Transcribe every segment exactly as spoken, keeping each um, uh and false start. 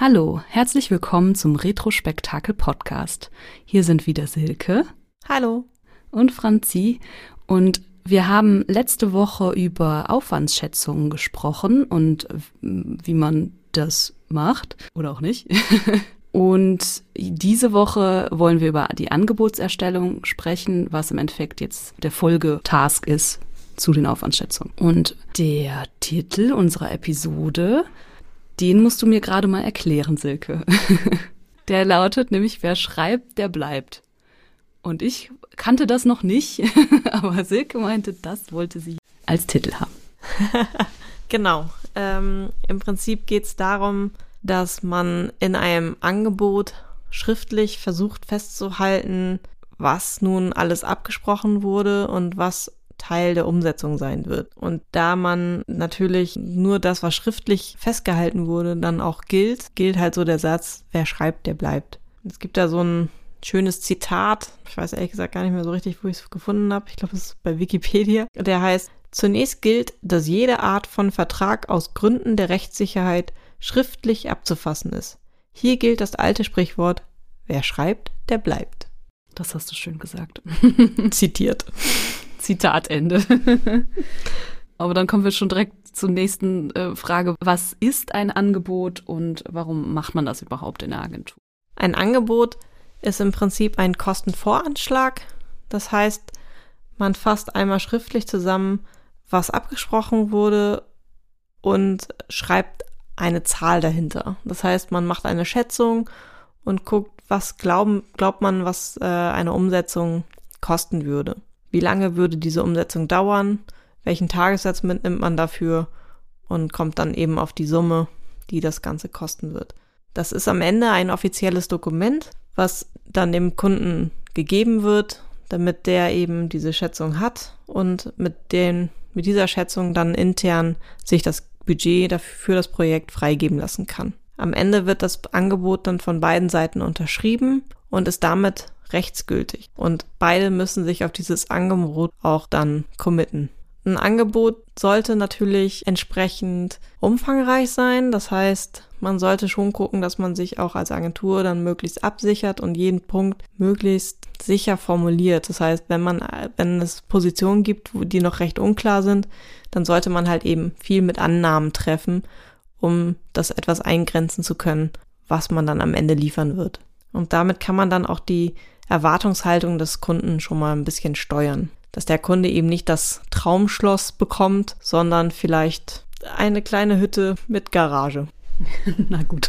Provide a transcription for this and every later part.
Hallo, herzlich willkommen zum Retrospektakel-Podcast. Hier sind wieder Silke. Hallo. Und Franzi. Und wir haben letzte Woche über Aufwandsschätzungen gesprochen und wie man das macht oder auch nicht. Und diese Woche wollen wir über die Angebotserstellung sprechen, was im Endeffekt jetzt der Folgetask ist zu den Aufwandsschätzungen. Und der Titel unserer Episode, den musst du mir gerade mal erklären, Silke. Der lautet nämlich, wer schreibt, der bleibt. Und ich kannte das noch nicht, aber Silke meinte, das wollte sie als Titel haben. Genau. Ähm, im Prinzip geht es darum, dass man in einem Angebot schriftlich versucht festzuhalten, was nun alles abgesprochen wurde und was Teil der Umsetzung sein wird. Und da man natürlich nur das, was schriftlich festgehalten wurde, dann auch gilt, gilt halt so der Satz, wer schreibt, der bleibt. Es gibt da so ein schönes Zitat, ich weiß ehrlich gesagt gar nicht mehr so richtig, wo ich es gefunden habe. Ich glaube, es ist bei Wikipedia. Der heißt, zunächst gilt, dass jede Art von Vertrag aus Gründen der Rechtssicherheit schriftlich abzufassen ist. Hier gilt das alte Sprichwort, wer schreibt, der bleibt. Das hast du schön gesagt. Zitiert. Zitat Ende. Aber dann kommen wir schon direkt zur nächsten äh, Frage. Was ist ein Angebot und warum macht man das überhaupt in der Agentur? Ein Angebot ist im Prinzip ein Kostenvoranschlag. Das heißt, man fasst einmal schriftlich zusammen, was abgesprochen wurde und schreibt eine Zahl dahinter. Das heißt, man macht eine Schätzung und guckt, was glauben, glaubt man, was äh, eine Umsetzung kosten würde. Wie lange würde diese Umsetzung dauern? Welchen Tagessatz mitnimmt man dafür? Und kommt dann eben auf die Summe, die das Ganze kosten wird. Das ist am Ende ein offizielles Dokument, was dann dem Kunden gegeben wird, damit der eben diese Schätzung hat und mit den, mit dieser Schätzung dann intern sich das Budget dafür für das Projekt freigeben lassen kann. Am Ende wird das Angebot dann von beiden Seiten unterschrieben und ist damit rechtsgültig. Und beide müssen sich auf dieses Angebot auch dann committen. Ein Angebot sollte natürlich entsprechend umfangreich sein. Das heißt, man sollte schon gucken, dass man sich auch als Agentur dann möglichst absichert und jeden Punkt möglichst sicher formuliert. Das heißt, wenn man, wenn es Positionen gibt, die noch recht unklar sind, dann sollte man halt eben viel mit Annahmen treffen, um das etwas eingrenzen zu können, was man dann am Ende liefern wird. Und damit kann man dann auch die Erwartungshaltung des Kunden schon mal ein bisschen steuern. Dass der Kunde eben nicht das Traumschloss bekommt, sondern vielleicht eine kleine Hütte mit Garage. Na gut.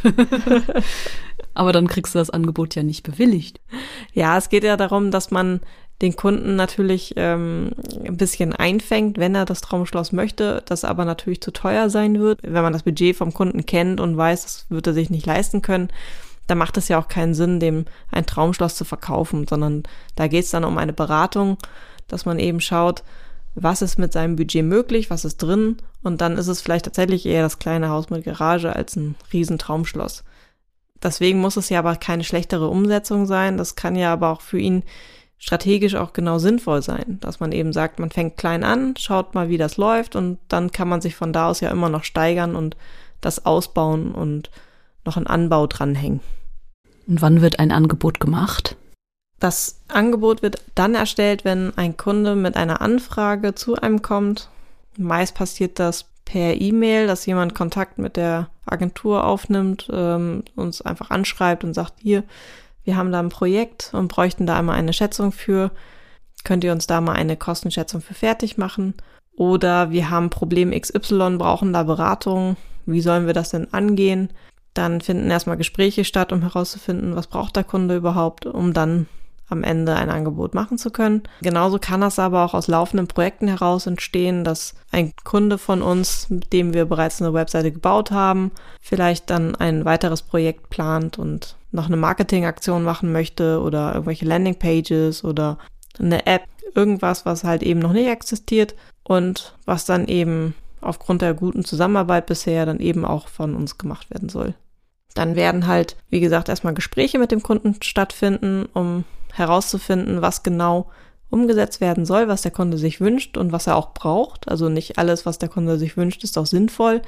Aber dann kriegst du das Angebot ja nicht bewilligt. Ja, es geht ja darum, dass man den Kunden natürlich ähm, ein bisschen einfängt, wenn er das Traumschloss möchte, das aber natürlich zu teuer sein wird. Wenn man das Budget vom Kunden kennt und weiß, das wird er sich nicht leisten können, da macht es ja auch keinen Sinn, dem ein Traumschloss zu verkaufen, sondern da geht es dann um eine Beratung, dass man eben schaut, was ist mit seinem Budget möglich, was ist drin, und dann ist es vielleicht tatsächlich eher das kleine Haus mit Garage als ein riesen Traumschloss. Deswegen muss es ja aber keine schlechtere Umsetzung sein, das kann ja aber auch für ihn strategisch auch genau sinnvoll sein, dass man eben sagt, man fängt klein an, schaut mal, wie das läuft, und dann kann man sich von da aus ja immer noch steigern und das ausbauen und noch einen Anbau dranhängen. Und wann wird ein Angebot gemacht? Das Angebot wird dann erstellt, wenn ein Kunde mit einer Anfrage zu einem kommt. Meist passiert das per E-Mail, dass jemand Kontakt mit der Agentur aufnimmt, ähm, uns einfach anschreibt und sagt, hier, wir haben da ein Projekt und bräuchten da einmal eine Schätzung für. Könnt ihr uns da mal eine Kostenschätzung für fertig machen? Oder wir haben Problem X Y, brauchen da Beratung. Wie sollen wir das denn angehen? Dann finden erstmal Gespräche statt, um herauszufinden, was braucht der Kunde überhaupt, um dann am Ende ein Angebot machen zu können. Genauso kann das aber auch aus laufenden Projekten heraus entstehen, dass ein Kunde von uns, mit dem wir bereits eine Webseite gebaut haben, vielleicht dann ein weiteres Projekt plant und noch eine Marketingaktion machen möchte oder irgendwelche Landingpages oder eine App, irgendwas, was halt eben noch nicht existiert und was dann eben aufgrund der guten Zusammenarbeit bisher dann eben auch von uns gemacht werden soll. Dann werden halt, wie gesagt, erstmal Gespräche mit dem Kunden stattfinden, um herauszufinden, was genau umgesetzt werden soll, was der Kunde sich wünscht und was er auch braucht. Also nicht alles, was der Kunde sich wünscht, ist auch sinnvoll.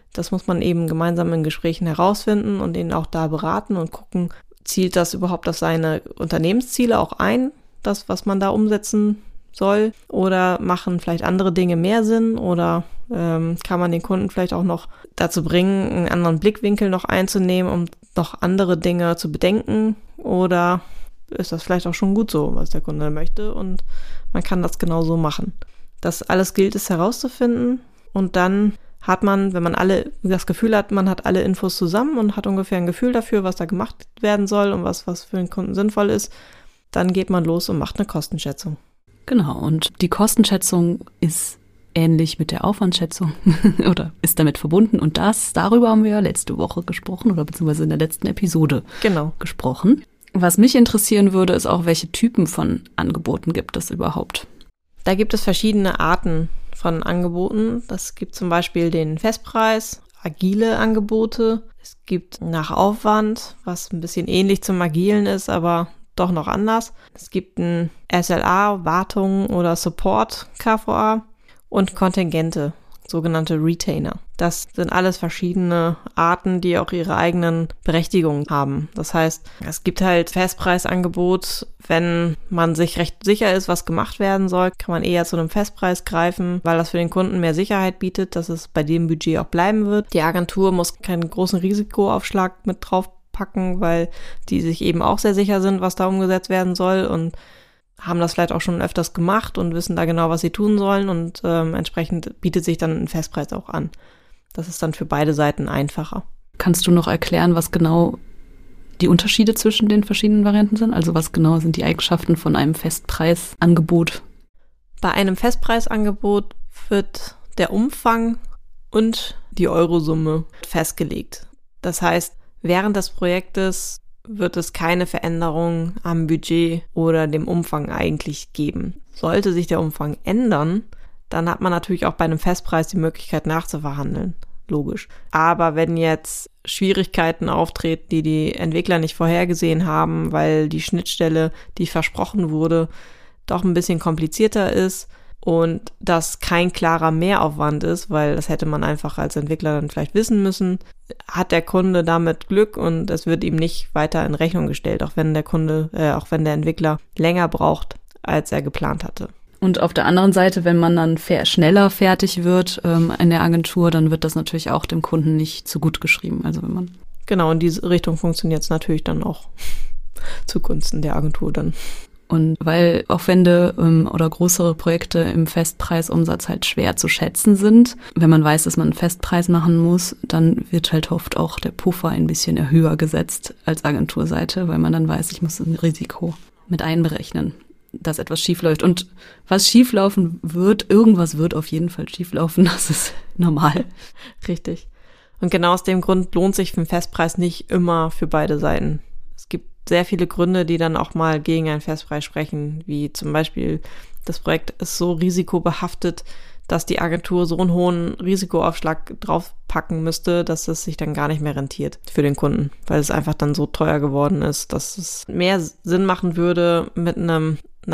Das muss man eben gemeinsam in Gesprächen herausfinden und ihn auch da beraten und gucken, zielt das überhaupt auf seine Unternehmensziele auch ein, das, was man da umsetzen soll, oder machen vielleicht andere Dinge mehr Sinn, oder ähm, kann man den Kunden vielleicht auch noch dazu bringen, einen anderen Blickwinkel noch einzunehmen, um noch andere Dinge zu bedenken, oder ist das vielleicht auch schon gut so, was der Kunde möchte, und man kann das genau so machen. Das alles gilt es herauszufinden, und dann hat man, wenn man alle das Gefühl hat, man hat alle Infos zusammen und hat ungefähr ein Gefühl dafür, was da gemacht werden soll und was, was für den Kunden sinnvoll ist, dann geht man los und macht eine Kostenschätzung. Genau, und die Kostenschätzung ist ähnlich mit der Aufwandschätzung oder ist damit verbunden, und das, darüber haben wir ja letzte Woche gesprochen oder beziehungsweise in der letzten Episode genau. gesprochen. Was mich interessieren würde, ist auch, welche Typen von Angeboten gibt es überhaupt? Da gibt es verschiedene Arten von Angeboten. Das gibt zum Beispiel den Festpreis, agile Angebote. Es gibt nach Aufwand, was ein bisschen ähnlich zum Agilen ist, aber doch noch anders. Es gibt ein S L A, Wartung oder Support K V A und Kontingente, sogenannte Retainer. Das sind alles verschiedene Arten, die auch ihre eigenen Berechtigungen haben. Das heißt, es gibt halt Festpreisangebot. Wenn man sich recht sicher ist, was gemacht werden soll, kann man eher zu einem Festpreis greifen, weil das für den Kunden mehr Sicherheit bietet, dass es bei dem Budget auch bleiben wird. Die Agentur muss keinen großen Risikoaufschlag mit draufpacken, weil die sich eben auch sehr sicher sind, was da umgesetzt werden soll, und haben das vielleicht auch schon öfters gemacht und wissen da genau, was sie tun sollen, und ähm, entsprechend bietet sich dann ein Festpreis auch an. Das ist dann für beide Seiten einfacher. Kannst du noch erklären, was genau die Unterschiede zwischen den verschiedenen Varianten sind? Also was genau sind die Eigenschaften von einem Festpreisangebot? Bei einem Festpreisangebot wird der Umfang und die Eurosumme festgelegt. Das heißt, während des Projektes wird es keine Veränderung am Budget oder dem Umfang eigentlich geben. Sollte sich der Umfang ändern, dann hat man natürlich auch bei einem Festpreis die Möglichkeit nachzuverhandeln. Logisch. Aber wenn jetzt Schwierigkeiten auftreten, die die Entwickler nicht vorhergesehen haben, weil die Schnittstelle, die versprochen wurde, doch ein bisschen komplizierter ist und das kein klarer Mehraufwand ist, weil das hätte man einfach als Entwickler dann vielleicht wissen müssen, hat der Kunde damit Glück und es wird ihm nicht weiter in Rechnung gestellt, auch wenn der Kunde, äh, auch wenn der Entwickler länger braucht, als er geplant hatte. Und auf der anderen Seite, wenn man dann fair, schneller fertig wird ähm, in der Agentur, dann wird das natürlich auch dem Kunden nicht zu gut geschrieben. Also wenn man genau, in diese Richtung funktioniert es natürlich dann auch zugunsten der Agentur dann. Und weil Aufwände ähm, oder größere Projekte im Festpreisumsatz halt schwer zu schätzen sind, wenn man weiß, dass man einen Festpreis machen muss, dann wird halt oft auch der Puffer ein bisschen höher gesetzt als Agenturseite, weil man dann weiß, ich muss ein Risiko mit einberechnen, dass etwas schiefläuft. Und was schieflaufen wird, irgendwas wird auf jeden Fall schieflaufen, das ist normal. Richtig. Und genau aus dem Grund lohnt sich ein Festpreis nicht immer für beide Seiten. Es gibt sehr viele Gründe, die dann auch mal gegen einen Festpreis sprechen, wie zum Beispiel, das Projekt ist so risikobehaftet, dass die Agentur so einen hohen Risikoaufschlag draufpacken müsste, dass es sich dann gar nicht mehr rentiert für den Kunden, weil es einfach dann so teuer geworden ist, dass es mehr Sinn machen würde, mit einem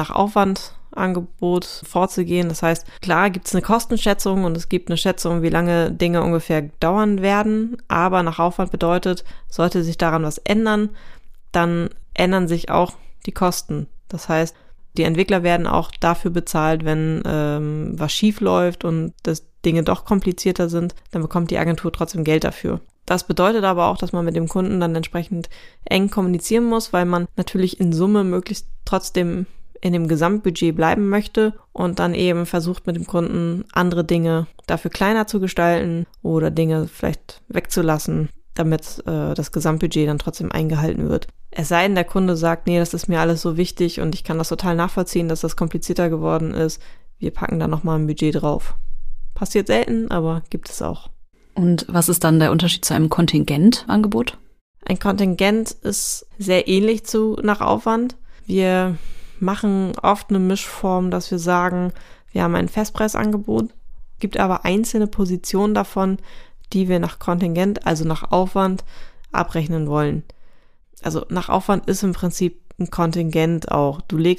Nach-Aufwand-Angebot vorzugehen. Das heißt, klar gibt es eine Kostenschätzung und es gibt eine Schätzung, wie lange Dinge ungefähr dauern werden, aber Nach-Aufwand bedeutet, sollte sich daran was ändern, dann ändern sich auch die Kosten. Das heißt, die Entwickler werden auch dafür bezahlt, wenn ähm, was schief läuft und dass Dinge doch komplizierter sind, dann bekommt die Agentur trotzdem Geld dafür. Das bedeutet aber auch, dass man mit dem Kunden dann entsprechend eng kommunizieren muss, weil man natürlich in Summe möglichst trotzdem in dem Gesamtbudget bleiben möchte und dann eben versucht mit dem Kunden andere Dinge dafür kleiner zu gestalten oder Dinge vielleicht wegzulassen, damit äh, das Gesamtbudget dann trotzdem eingehalten wird. Es sei denn, der Kunde sagt, nee, das ist mir alles so wichtig und ich kann das total nachvollziehen, dass das komplizierter geworden ist. Wir packen da nochmal ein Budget drauf. Passiert selten, aber gibt es auch. Und was ist dann der Unterschied zu einem Kontingentangebot? Ein Kontingent ist sehr ähnlich zu Nach-Aufwand. Wir machen oft eine Mischform, dass wir sagen, wir haben ein Festpreisangebot, gibt aber einzelne Positionen davon, die wir nach Kontingent, also nach Aufwand, abrechnen wollen. Also nach Aufwand ist im Prinzip ein Kontingent auch. Du legst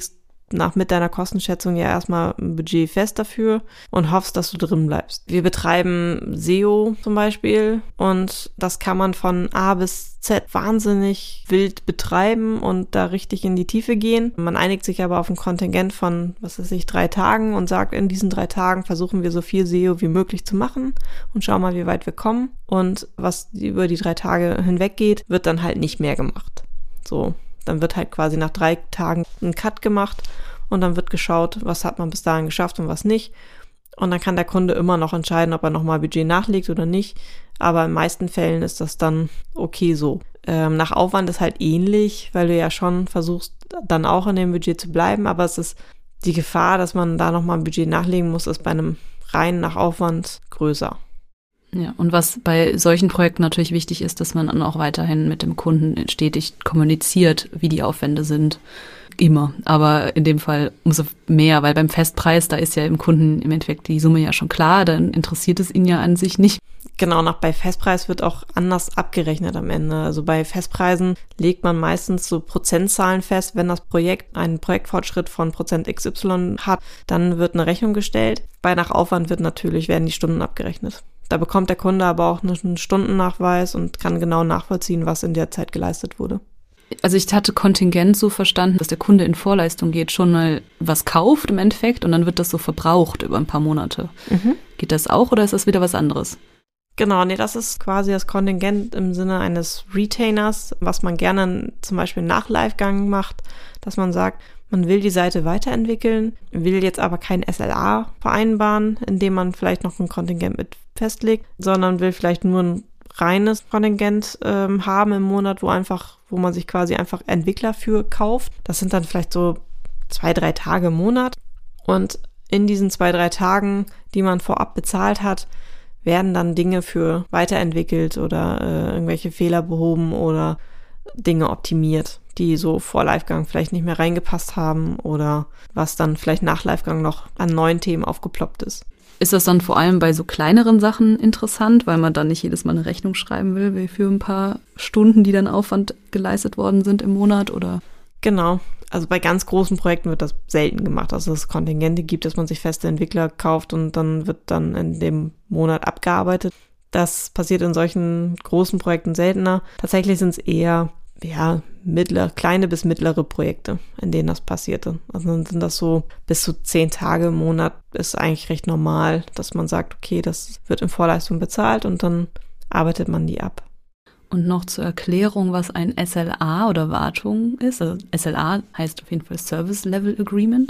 nach mit deiner Kostenschätzung ja erstmal ein Budget fest dafür und hoffst, dass du drin bleibst. Wir betreiben S E O zum Beispiel und das kann man von A bis Z wahnsinnig wild betreiben und da richtig in die Tiefe gehen. Man einigt sich aber auf ein Kontingent von, was weiß ich, drei Tagen und sagt, in diesen drei Tagen versuchen wir so viel S E O wie möglich zu machen und schauen mal, wie weit wir kommen. Und was über die drei Tage hinweg geht, wird dann halt nicht mehr gemacht. So. Dann wird halt quasi nach drei Tagen ein Cut gemacht und dann wird geschaut, was hat man bis dahin geschafft und was nicht. Und dann kann der Kunde immer noch entscheiden, ob er nochmal Budget nachlegt oder nicht. Aber in den meisten Fällen ist das dann okay so. Ähm, nach Aufwand ist halt ähnlich, weil du ja schon versuchst, dann auch in dem Budget zu bleiben. Aber es ist die Gefahr, dass man da nochmal ein Budget nachlegen muss, ist bei einem rein nach Aufwand größer. Ja, und was bei solchen Projekten natürlich wichtig ist, dass man dann auch weiterhin mit dem Kunden stetig kommuniziert, wie die Aufwände sind. Immer. Aber in dem Fall umso mehr, weil beim Festpreis, da ist ja im Kunden im Endeffekt die Summe ja schon klar, dann interessiert es ihn ja an sich nicht. Genau, nach bei Festpreis wird auch anders abgerechnet am Ende. Also bei Festpreisen legt man meistens so Prozentzahlen fest. Wenn das Projekt einen Projektfortschritt von Prozent X Y hat, dann wird eine Rechnung gestellt. Bei Nachaufwand wird natürlich, werden die Stunden abgerechnet. Da bekommt der Kunde aber auch einen Stundennachweis und kann genau nachvollziehen, was in der Zeit geleistet wurde. Also ich hatte Kontingent so verstanden, dass der Kunde in Vorleistung geht, schon mal was kauft im Endeffekt und dann wird das so verbraucht über ein paar Monate. Mhm. Geht das auch oder ist das wieder was anderes? Genau, nee, das ist quasi das Kontingent im Sinne eines Retainers, was man gerne zum Beispiel nach Livegang macht, dass man sagt, man will die Seite weiterentwickeln, will jetzt aber kein S L A vereinbaren, indem man vielleicht noch ein Kontingent mit festlegt, sondern will vielleicht nur ein reines Kontingent ähm, haben im Monat, wo einfach, wo man sich quasi einfach Entwickler für kauft. Das sind dann vielleicht so zwei, drei Tage im Monat. Und in diesen zwei, drei Tagen, die man vorab bezahlt hat, werden dann Dinge für weiterentwickelt oder äh, irgendwelche Fehler behoben oder Dinge optimiert, die so vor Livegang vielleicht nicht mehr reingepasst haben oder was dann vielleicht nach Livegang noch an neuen Themen aufgeploppt ist. Ist das dann vor allem bei so kleineren Sachen interessant, weil man dann nicht jedes Mal eine Rechnung schreiben will, wie für ein paar Stunden, die dann Aufwand geleistet worden sind im Monat, oder? Genau. Also bei ganz großen Projekten wird das selten gemacht, also dass es Kontingente gibt, dass man sich feste Entwickler kauft und dann wird dann in dem Monat abgearbeitet. Das passiert in solchen großen Projekten seltener. Tatsächlich sind es eher ja, mittler, kleine bis mittlere Projekte, in denen das passierte. Also dann sind das so bis zu zehn Tage im Monat ist eigentlich recht normal, dass man sagt, okay, das wird in Vorleistung bezahlt und dann arbeitet man die ab. Und noch zur Erklärung, was ein S L A oder Wartung ist. Also S L A heißt auf jeden Fall Service Level Agreement.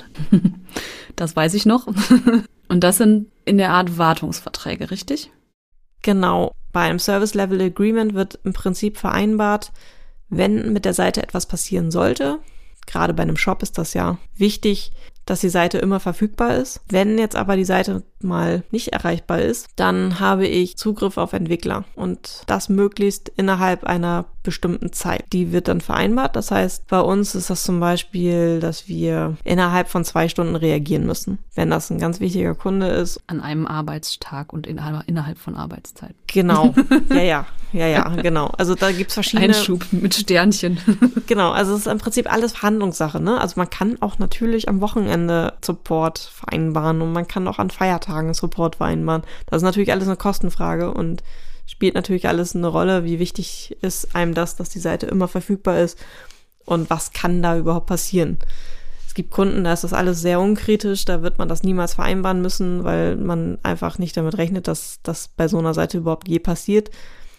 Das weiß ich noch. Und das sind in der Art Wartungsverträge, richtig? Genau. Bei einem Service Level Agreement wird im Prinzip vereinbart, wenn mit der Seite etwas passieren sollte, gerade bei einem Shop ist das ja wichtig, dass die Seite immer verfügbar ist. Wenn jetzt aber die Seite mal nicht erreichbar ist, dann habe ich Zugriff auf Entwickler und das möglichst innerhalb einer bestimmten Zeit. Die wird dann vereinbart. Das heißt, bei uns ist das zum Beispiel, dass wir innerhalb von zwei Stunden reagieren müssen, wenn das ein ganz wichtiger Kunde ist. An einem Arbeitstag und in, innerhalb von Arbeitszeit. Genau, ja, ja, ja, ja, genau. Also da gibt's verschiedene... Einschub mit Sternchen. Genau, also es ist im Prinzip alles Verhandlungssache, ne? Also man kann auch natürlich am Wochenende Support vereinbaren und man kann auch an Feiertagen Support vereinbaren. Das ist natürlich alles eine Kostenfrage und spielt natürlich alles eine Rolle, wie wichtig ist einem das, dass die Seite immer verfügbar ist und was kann da überhaupt passieren. Es gibt Kunden, da ist das alles sehr unkritisch, da wird man das niemals vereinbaren müssen, weil man einfach nicht damit rechnet, dass das bei so einer Seite überhaupt je passiert.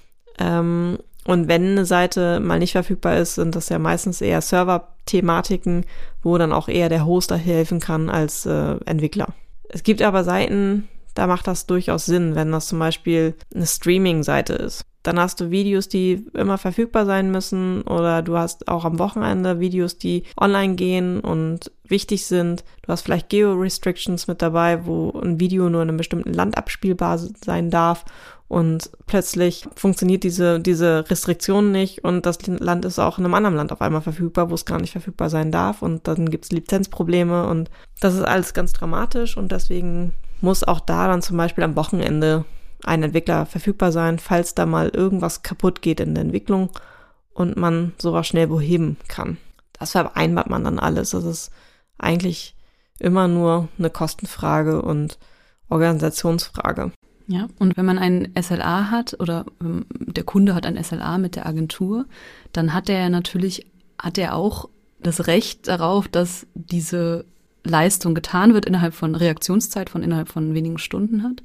Ähm, und wenn eine Seite mal nicht verfügbar ist, sind das ja meistens eher Server-Thematiken, wo dann auch eher der Hoster helfen kann als äh, Entwickler. Es gibt aber Seiten, da macht das durchaus Sinn, wenn das zum Beispiel eine Streaming-Seite ist. Dann hast du Videos, die immer verfügbar sein müssen oder du hast auch am Wochenende Videos, die online gehen und wichtig sind. Du hast vielleicht Geo-Restrictions mit dabei, wo ein Video nur in einem bestimmten Land abspielbar sein darf und plötzlich funktioniert diese, diese Restriktion nicht und das Land ist auch in einem anderen Land auf einmal verfügbar, wo es gar nicht verfügbar sein darf und dann gibt es Lizenzprobleme und das ist alles ganz dramatisch und deswegen muss auch da dann zum Beispiel am Wochenende ein Entwickler verfügbar sein, falls da mal irgendwas kaputt geht in der Entwicklung und man sowas schnell beheben kann. Das vereinbart man dann alles. Das ist eigentlich immer nur eine Kostenfrage und Organisationsfrage. Ja, und wenn man einen S L A hat oder der Kunde hat ein S L A mit der Agentur, dann hat er natürlich, hat er auch das Recht darauf, dass diese Leistung getan wird innerhalb von Reaktionszeit, von innerhalb von wenigen Stunden hat.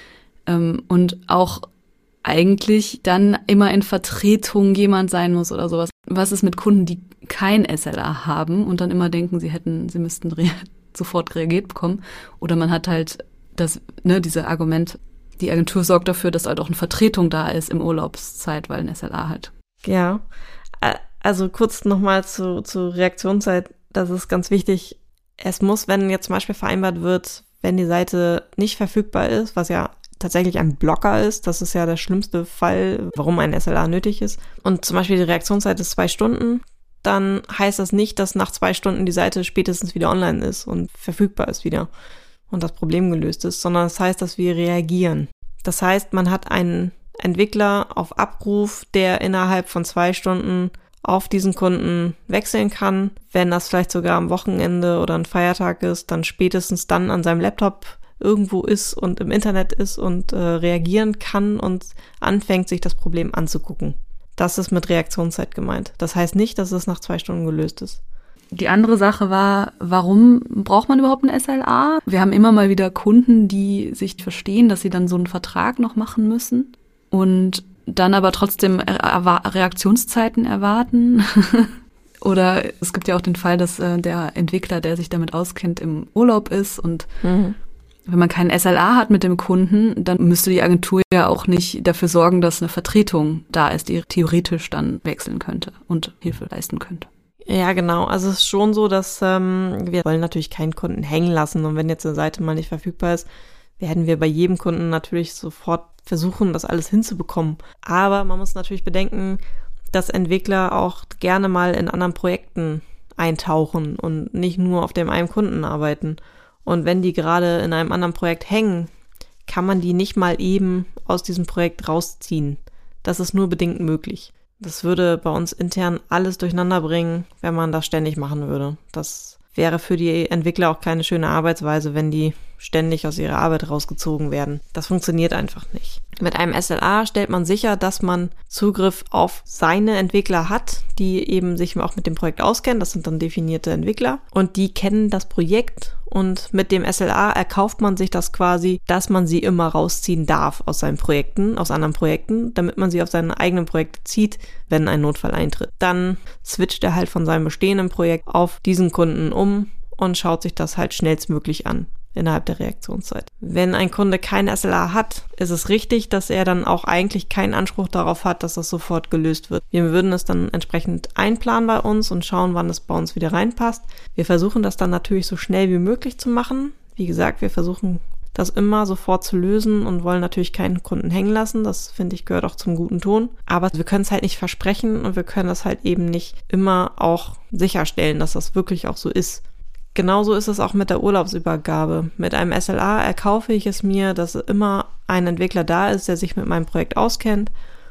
Und auch eigentlich dann immer in Vertretung jemand sein muss oder sowas. Was ist mit Kunden, die kein S L A haben und dann immer denken, sie hätten, sie müssten rea- sofort reagiert bekommen? Oder man hat halt das, ne, diese Argument, die Agentur sorgt dafür, dass halt auch eine Vertretung da ist im Urlaubszeit, weil ein S L A halt. Ja, also kurz nochmal zu, zu Reaktionszeit, das ist ganz wichtig. Es muss, wenn jetzt zum Beispiel vereinbart wird, wenn die Seite nicht verfügbar ist, was ja tatsächlich ein Blocker ist, das ist ja der schlimmste Fall, warum ein S L A nötig ist. Und zum Beispiel die Reaktionszeit ist zwei Stunden, dann heißt das nicht, dass nach zwei Stunden die Seite spätestens wieder online ist und verfügbar ist wieder und das Problem gelöst ist, sondern das heißt, dass wir reagieren. Das heißt, man hat einen Entwickler auf Abruf, der innerhalb von zwei Stunden auf diesen Kunden wechseln kann. Wenn das vielleicht sogar am Wochenende oder ein Feiertag ist, dann spätestens dann an seinem Laptop irgendwo ist und im Internet ist und äh, reagieren kann und anfängt, sich das Problem anzugucken. Das ist mit Reaktionszeit gemeint. Das heißt nicht, dass es nach zwei Stunden gelöst ist. Die andere Sache war, warum braucht man überhaupt ein S L A? Wir haben immer mal wieder Kunden, die sich verstehen, dass sie dann so einen Vertrag noch machen müssen und dann aber trotzdem Reaktionszeiten erwarten. Oder es gibt ja auch den Fall, dass äh, der Entwickler, der sich damit auskennt, im Urlaub ist und mhm. wenn man keinen S L A hat mit dem Kunden, dann müsste die Agentur ja auch nicht dafür sorgen, dass eine Vertretung da ist, die theoretisch dann wechseln könnte und Hilfe leisten könnte. Ja, genau. Also es ist schon so, dass ähm, wir wollen natürlich keinen Kunden hängen lassen. Und wenn jetzt eine Seite mal nicht verfügbar ist, werden wir bei jedem Kunden natürlich sofort versuchen, das alles hinzubekommen. Aber man muss natürlich bedenken, dass Entwickler auch gerne mal in anderen Projekten eintauchen und nicht nur auf dem einen Kunden arbeiten. Und wenn die gerade in einem anderen Projekt hängen, kann man die nicht mal eben aus diesem Projekt rausziehen. Das ist nur bedingt möglich. Das würde bei uns intern alles durcheinander bringen, wenn man das ständig machen würde. Das wäre für die Entwickler auch keine schöne Arbeitsweise, wenn die ständig aus ihrer Arbeit rausgezogen werden. Das funktioniert einfach nicht. Mit einem S L A stellt man sicher, dass man Zugriff auf seine Entwickler hat, die eben sich auch mit dem Projekt auskennen. Das sind dann definierte Entwickler und die kennen das Projekt und mit dem S L A erkauft man sich das quasi, dass man sie immer rausziehen darf aus seinen Projekten, aus anderen Projekten, damit man sie auf seine eigenen Projekte zieht, wenn ein Notfall eintritt. Dann switcht er halt von seinem bestehenden Projekt auf diesen Kunden um und schaut sich das halt schnellstmöglich an innerhalb der Reaktionszeit. Wenn ein Kunde kein S L A hat, ist es richtig, dass er dann auch eigentlich keinen Anspruch darauf hat, dass das sofort gelöst wird. Wir würden es dann entsprechend einplanen bei uns und schauen, wann es bei uns wieder reinpasst. Wir versuchen das dann natürlich so schnell wie möglich zu machen. Wie gesagt, wir versuchen das immer sofort zu lösen und wollen natürlich keinen Kunden hängen lassen. Das, finde ich, gehört auch zum guten Ton. Aber wir können es halt nicht versprechen und wir können das halt eben nicht immer auch sicherstellen, dass das wirklich auch so ist. Genauso ist es auch mit der Urlaubsübergabe. Mit einem S L A erkaufe ich es mir, dass immer ein Entwickler da ist, der sich mit meinem Projekt auskennt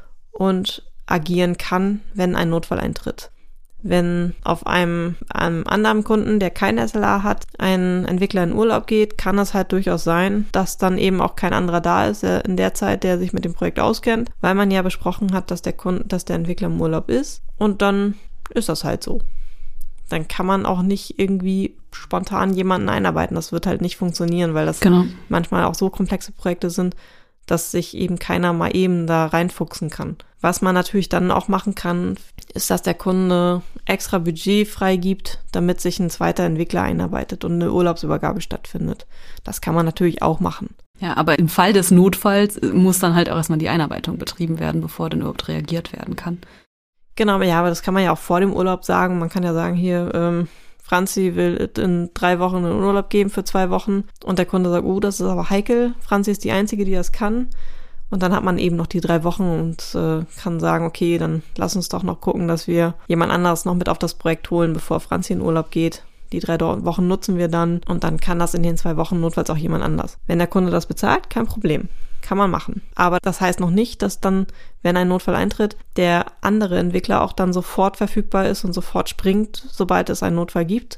und agieren kann, wenn ein Notfall eintritt. Wenn auf einem, einem anderen Kunden, der kein S L A hat, ein Entwickler in Urlaub geht, kann es halt durchaus sein, dass dann eben auch kein anderer da ist der in der Zeit, der sich mit dem Projekt auskennt, weil man ja besprochen hat, dass der Kunde, dass der Entwickler im Urlaub ist und dann ist das halt so. Dann kann man auch nicht irgendwie spontan jemanden einarbeiten. Das wird halt nicht funktionieren, weil das genau. manchmal auch so komplexe Projekte sind, dass sich eben keiner mal eben da reinfuchsen kann. Was man natürlich dann auch machen kann, ist, dass der Kunde extra Budget freigibt, damit sich ein zweiter Entwickler einarbeitet und eine Urlaubsübergabe stattfindet. Das kann man natürlich auch machen. Ja, aber im Fall des Notfalls muss dann halt auch erstmal die Einarbeitung betrieben werden, bevor dann überhaupt reagiert werden kann. Genau, ja, aber das kann man ja auch vor dem Urlaub sagen. Man kann ja sagen, hier, ähm, Franzi will in drei Wochen einen Urlaub geben für zwei Wochen und der Kunde sagt, oh, das ist aber heikel. Franzi ist die Einzige, die das kann. Und dann hat man eben noch die drei Wochen und äh, kann sagen, okay, dann lass uns doch noch gucken, dass wir jemand anderes noch mit auf das Projekt holen, bevor Franzi in Urlaub geht. Die drei Wochen nutzen wir dann und dann kann das in den zwei Wochen notfalls auch jemand anders. Wenn der Kunde das bezahlt, kein Problem. Kann man machen. Aber das heißt noch nicht, dass dann, wenn ein Notfall eintritt, der andere Entwickler auch dann sofort verfügbar ist und sofort springt, sobald es einen Notfall gibt,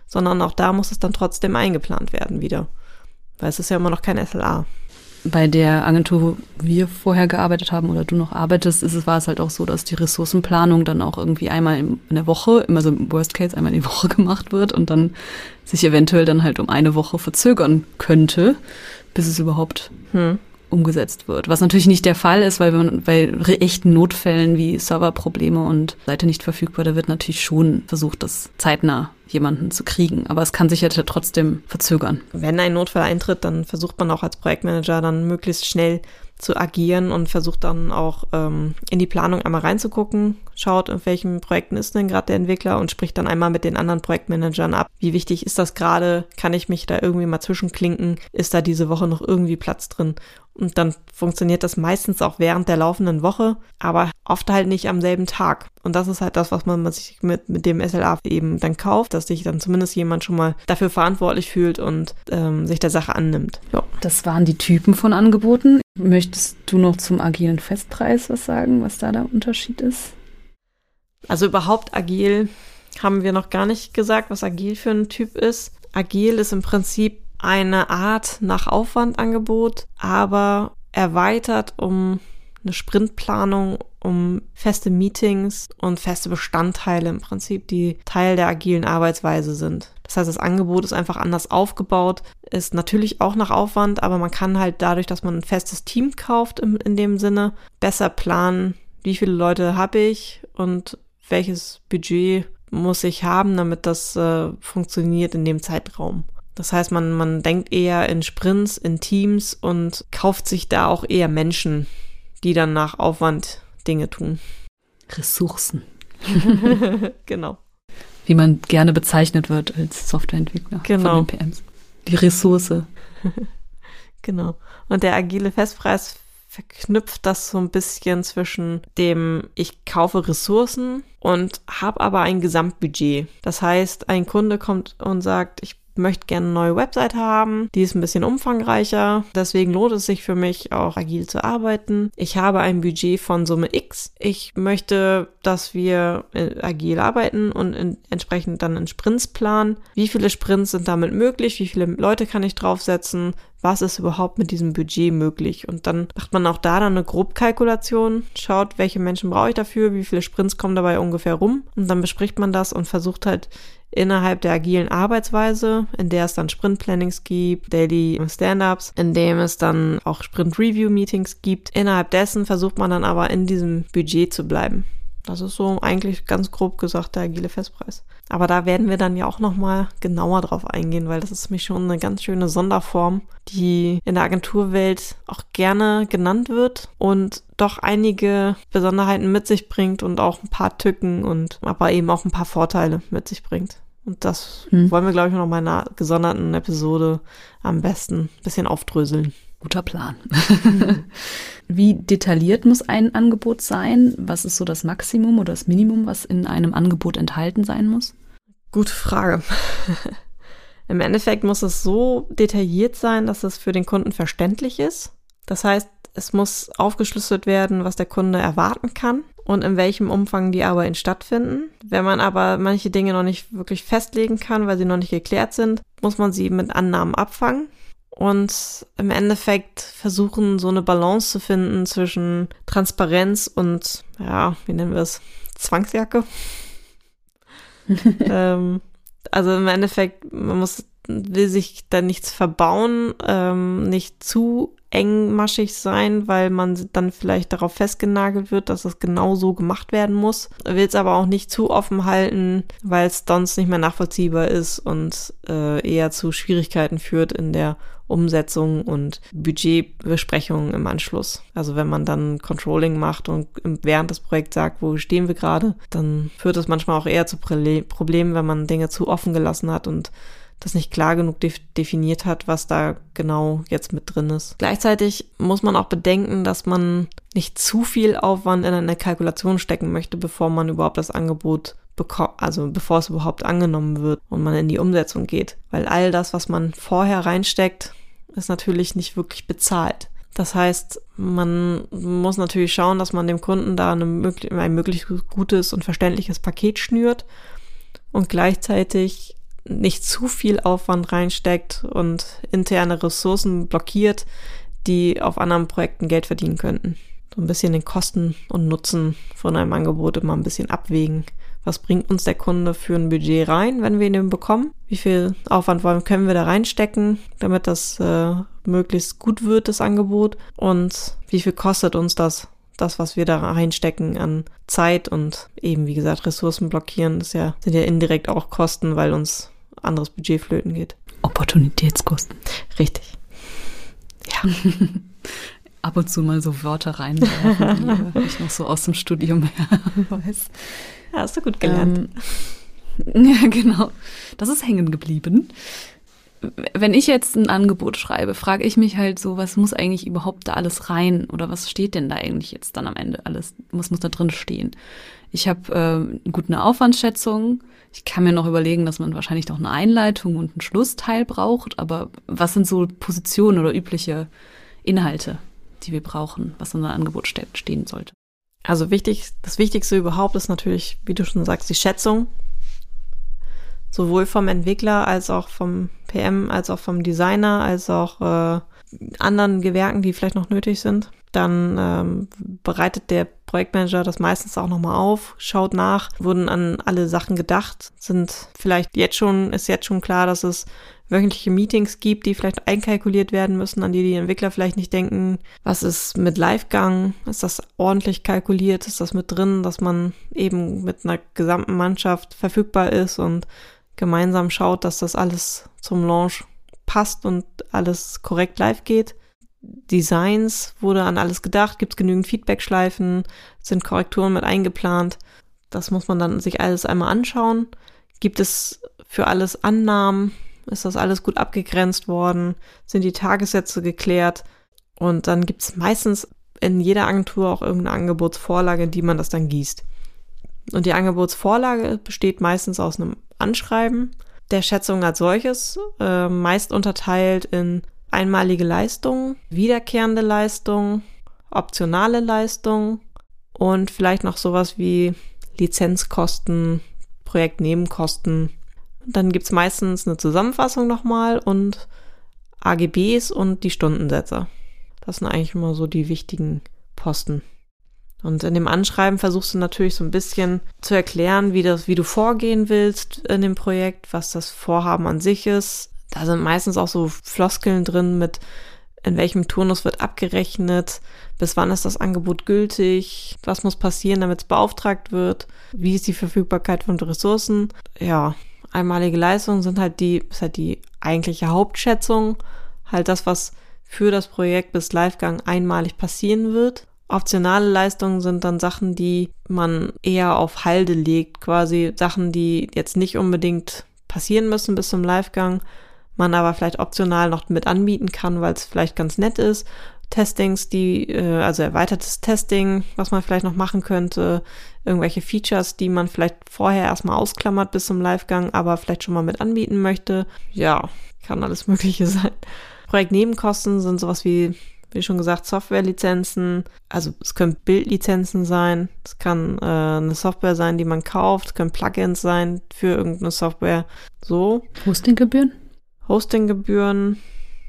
sondern auch da muss es dann trotzdem eingeplant werden wieder. Weil es ist ja immer noch kein S L A. Bei der Agentur, wo wir vorher gearbeitet haben oder du noch arbeitest, ist es, war es halt auch so, dass die Ressourcenplanung dann auch irgendwie einmal in der Woche, immer so im Worst Case einmal in die Woche gemacht wird und dann sich eventuell dann halt um eine Woche verzögern könnte, bis es überhaupt hm. umgesetzt wird. Was natürlich nicht der Fall ist, weil man bei echten Notfällen wie Serverprobleme und Seite nicht verfügbar, da wird natürlich schon versucht, das zeitnah jemanden zu kriegen. Aber es kann sich ja trotzdem verzögern. Wenn ein Notfall eintritt, dann versucht man auch als Projektmanager dann möglichst schnell zu agieren und versucht dann auch ähm, in die Planung einmal reinzugucken, schaut, in welchen Projekten ist denn gerade der Entwickler und spricht dann einmal mit den anderen Projektmanagern ab. Wie wichtig ist das gerade? Kann ich mich da irgendwie mal zwischenklinken? Ist da diese Woche noch irgendwie Platz drin? Und dann funktioniert das meistens auch während der laufenden Woche, aber oft halt nicht am selben Tag. Und das ist halt das, was man sich mit, mit dem S L A eben dann kauft, dass sich dann zumindest jemand schon mal dafür verantwortlich fühlt und ähm, sich der Sache annimmt. Ja. Das waren die Typen von Angeboten. Möchtest du noch zum agilen Festpreis was sagen, was da der Unterschied ist? Also überhaupt agil haben wir noch gar nicht gesagt, was agil für ein Typ ist. Agil ist im Prinzip eine Art nach Aufwandangebot, aber erweitert um eine Sprintplanung, um feste Meetings und feste Bestandteile im Prinzip, die Teil der agilen Arbeitsweise sind. Das heißt, das Angebot ist einfach anders aufgebaut, ist natürlich auch nach Aufwand, aber man kann halt dadurch, dass man ein festes Team kauft in, in dem Sinne, besser planen, wie viele Leute habe ich und welches Budget muss ich haben, damit das äh, funktioniert in dem Zeitraum. Das heißt, man, man denkt eher in Sprints, in Teams und kauft sich da auch eher Menschen, die dann nach Aufwand Dinge tun. Ressourcen. Genau. Wie man gerne bezeichnet wird als Softwareentwickler genau. von den P Ms. Die Ressource. Genau. Und der agile Festpreis verknüpft das so ein bisschen zwischen dem, ich kaufe Ressourcen und habe aber ein Gesamtbudget. Das heißt, ein Kunde kommt und sagt, ich möchte gerne eine neue Website haben, die ist ein bisschen umfangreicher, deswegen lohnt es sich für mich auch agil zu arbeiten. Ich habe ein Budget von Summe X, ich möchte, dass wir agil arbeiten und in, entsprechend dann in Sprints planen. Wie viele Sprints sind damit möglich, wie viele Leute kann ich draufsetzen, was ist überhaupt mit diesem Budget möglich? Und dann macht man auch da dann eine Grobkalkulation, schaut, welche Menschen brauche ich dafür, wie viele Sprints kommen dabei ungefähr rum und dann bespricht man das und versucht halt innerhalb der agilen Arbeitsweise, in der es dann Sprint-Plannings gibt, Daily Stand-Ups, in dem es dann auch Sprint-Review-Meetings gibt. Innerhalb dessen versucht man dann aber in diesem Budget zu bleiben. Das ist so eigentlich ganz grob gesagt der agile Festpreis. Aber da werden wir dann ja auch nochmal genauer drauf eingehen, weil das ist nämlich schon eine ganz schöne Sonderform, die in der Agenturwelt auch gerne genannt wird und doch einige Besonderheiten mit sich bringt und auch ein paar Tücken und aber eben auch ein paar Vorteile mit sich bringt. Und das hm. wollen wir, glaube ich, noch mal in einer gesonderten Episode am besten ein bisschen aufdröseln. Guter Plan. Wie detailliert muss ein Angebot sein? Was ist so das Maximum oder das Minimum, was in einem Angebot enthalten sein muss? Gute Frage. Im Endeffekt muss es so detailliert sein, dass es für den Kunden verständlich ist. Das heißt, es muss aufgeschlüsselt werden, was der Kunde erwarten kann und in welchem Umfang die Arbeiten stattfinden. Wenn man aber manche Dinge noch nicht wirklich festlegen kann, weil sie noch nicht geklärt sind, muss man sie mit Annahmen abfangen. Und im Endeffekt versuchen, so eine Balance zu finden zwischen Transparenz und, ja, wie nennen wir es, Zwangsjacke. ähm, also im Endeffekt, man muss, will sich da nichts verbauen, ähm, nicht zu engmaschig sein, weil man dann vielleicht darauf festgenagelt wird, dass es genau so gemacht werden muss. Will es aber auch nicht zu offen halten, weil es sonst nicht mehr nachvollziehbar ist und äh, eher zu Schwierigkeiten führt in der Umsetzung und Budgetbesprechungen im Anschluss. Also wenn man dann Controlling macht und während des Projekts sagt, wo stehen wir gerade, dann führt es manchmal auch eher zu Problemen, wenn man Dinge zu offen gelassen hat und das nicht klar genug def- definiert hat, was da genau jetzt mit drin ist. Gleichzeitig muss man auch bedenken, dass man nicht zu viel Aufwand in eine Kalkulation stecken möchte, bevor man überhaupt das Angebot bekommt, also bevor es überhaupt angenommen wird und man in die Umsetzung geht. Weil all das, was man vorher reinsteckt, ist natürlich nicht wirklich bezahlt. Das heißt, man muss natürlich schauen, dass man dem Kunden da eine möglich- ein möglichst gutes und verständliches Paket schnürt und gleichzeitig nicht zu viel Aufwand reinsteckt und interne Ressourcen blockiert, die auf anderen Projekten Geld verdienen könnten. So ein bisschen den Kosten und Nutzen von einem Angebot immer ein bisschen abwägen. Was bringt uns der Kunde für ein Budget rein, wenn wir ihn bekommen? Wie viel Aufwand wollen, können wir da reinstecken, damit das äh, möglichst gut wird, das Angebot? Und wie viel kostet uns das, das, was wir da reinstecken an Zeit und eben, wie gesagt, Ressourcen blockieren? Das ja, sind ja indirekt auch Kosten, weil uns anderes Budget flöten geht. Opportunitätskosten. Richtig. Ja. Ab und zu mal so Wörter reinwerfen, die ich noch so aus dem Studium her weiß. Ja, hast du gut gelernt. Ähm, ja, genau. Das ist hängen geblieben. Wenn ich jetzt ein Angebot schreibe, frage ich mich halt so, was muss eigentlich überhaupt da alles rein? Oder was steht denn da eigentlich jetzt dann am Ende alles? Was muss da drin stehen? Ich habe äh, gut eine Aufwandsschätzung. Ich kann mir noch überlegen, dass man wahrscheinlich noch eine Einleitung und einen Schlussteil braucht. Aber was sind so Positionen oder übliche Inhalte, die wir brauchen, was in einem Angebot ste- stehen sollte? Also wichtig, das Wichtigste überhaupt ist natürlich, wie du schon sagst, die Schätzung. Sowohl vom Entwickler als auch vom P M, als auch vom Designer, als auch äh, anderen Gewerken, die vielleicht noch nötig sind. Dann ähm, bereitet der Projektmanager das meistens auch nochmal auf, schaut nach, wurden an alle Sachen gedacht, sind vielleicht jetzt schon, ist jetzt schon klar, dass es wöchentliche Meetings gibt, die vielleicht einkalkuliert werden müssen, an die die Entwickler vielleicht nicht denken. Was ist mit Livegang? Ist das ordentlich kalkuliert? Ist das mit drin, dass man eben mit einer gesamten Mannschaft verfügbar ist und gemeinsam schaut, dass das alles zum Launch passt und alles korrekt live geht? Designs, wurde an alles gedacht? Gibt es genügend Feedback-Schleifen? Sind Korrekturen mit eingeplant? Das muss man dann sich alles einmal anschauen. Gibt es für alles Annahmen? Ist das alles gut abgegrenzt worden? Sind die Tagessätze geklärt? Und dann gibt es meistens in jeder Agentur auch irgendeine Angebotsvorlage, in die man das dann gießt. Und die Angebotsvorlage besteht meistens aus einem Anschreiben der Schätzung als solches, äh, meist unterteilt in einmalige Leistungen, wiederkehrende Leistungen, optionale Leistungen und vielleicht noch sowas wie Lizenzkosten, Projektnebenkosten. Dann gibt's meistens eine Zusammenfassung nochmal und A G Bs und die Stundensätze. Das sind eigentlich immer so die wichtigen Posten. Und in dem Anschreiben versuchst du natürlich so ein bisschen zu erklären, wie das, wie du vorgehen willst in dem Projekt, was das Vorhaben an sich ist. Da sind meistens auch so Floskeln drin mit, in welchem Turnus wird abgerechnet, bis wann ist das Angebot gültig, was muss passieren, damit es beauftragt wird, wie ist die Verfügbarkeit von Ressourcen. Ja, einmalige Leistungen sind halt die, ist halt die eigentliche Hauptschätzung, halt das, was für das Projekt bis Livegang einmalig passieren wird. Optionale Leistungen sind dann Sachen, die man eher auf Halde legt, quasi Sachen, die jetzt nicht unbedingt passieren müssen bis zum Livegang, man aber vielleicht optional noch mit anbieten kann, weil es vielleicht ganz nett ist. Testings, die, äh, also erweitertes Testing, was man vielleicht noch machen könnte, irgendwelche Features, die man vielleicht vorher erstmal ausklammert bis zum Livegang, aber vielleicht schon mal mit anbieten möchte. Ja, kann alles Mögliche sein. Projektnebenkosten sind sowas wie, wie schon gesagt, Softwarelizenzen. Also es können Bildlizenzen sein, es kann äh, eine Software sein, die man kauft, es können Plugins sein für irgendeine Software. So. Hostinggebühren? Hostinggebühren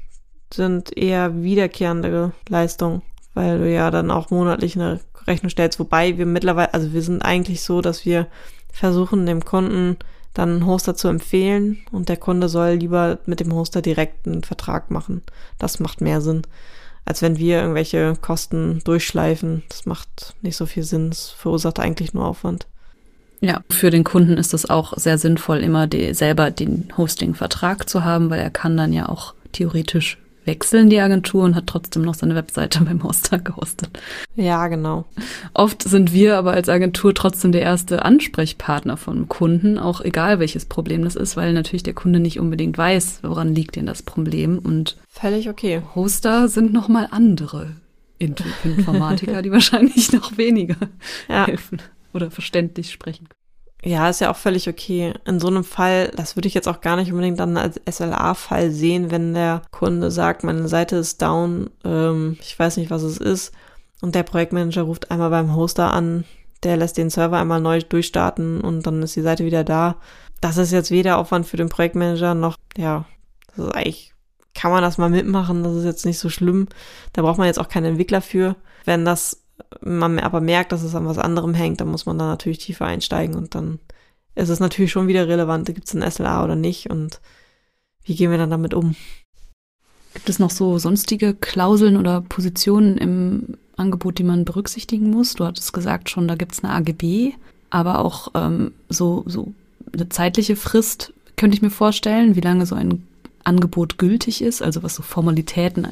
sind eher wiederkehrende Leistungen, weil du ja dann auch monatlich eine Rechnung stellst. Wobei wir mittlerweile, also wir sind eigentlich so, dass wir versuchen, dem Kunden dann einen Hoster zu empfehlen und der Kunde soll lieber mit dem Hoster direkt einen Vertrag machen. Das macht mehr Sinn, als wenn wir irgendwelche Kosten durchschleifen. Das macht nicht so viel Sinn, es verursacht eigentlich nur Aufwand. Ja, für den Kunden ist es auch sehr sinnvoll, immer die, selber den Hosting-Vertrag zu haben, weil er kann dann ja auch theoretisch wechseln, die Agentur, und hat trotzdem noch seine Webseite beim Hoster gehostet. Ja, genau. Oft sind wir aber als Agentur trotzdem der erste Ansprechpartner vom Kunden, auch egal welches Problem das ist, weil natürlich der Kunde nicht unbedingt weiß, woran liegt denn das Problem. Und völlig okay. Hoster sind nochmal andere Informatiker, die wahrscheinlich noch weniger ja. helfen oder verständlich sprechen. Ja, ist ja auch völlig okay. In so einem Fall, das würde ich jetzt auch gar nicht unbedingt dann als S L A-Fall sehen, wenn der Kunde sagt, meine Seite ist down, ähm, ich weiß nicht, was es ist, und der Projektmanager ruft einmal beim Hoster an, der lässt den Server einmal neu durchstarten und dann ist die Seite wieder da. das ist jetzt weder Aufwand für den Projektmanager noch, ja, das ist eigentlich, kann man das mal mitmachen, das ist jetzt nicht so schlimm. Da braucht man jetzt auch keinen Entwickler für. Wenn das man aber merkt, dass es an was anderem hängt, dann muss man da natürlich tiefer einsteigen und dann ist es natürlich schon wieder relevant, gibt es ein S L A oder nicht und wie gehen wir dann damit um? Gibt es noch so sonstige Klauseln oder Positionen im Angebot, die man berücksichtigen muss? Du hattest gesagt schon, da gibt es eine A G B, aber auch ähm, so, so eine zeitliche Frist könnte ich mir vorstellen, wie lange so ein Angebot gültig ist, also was so Formalitäten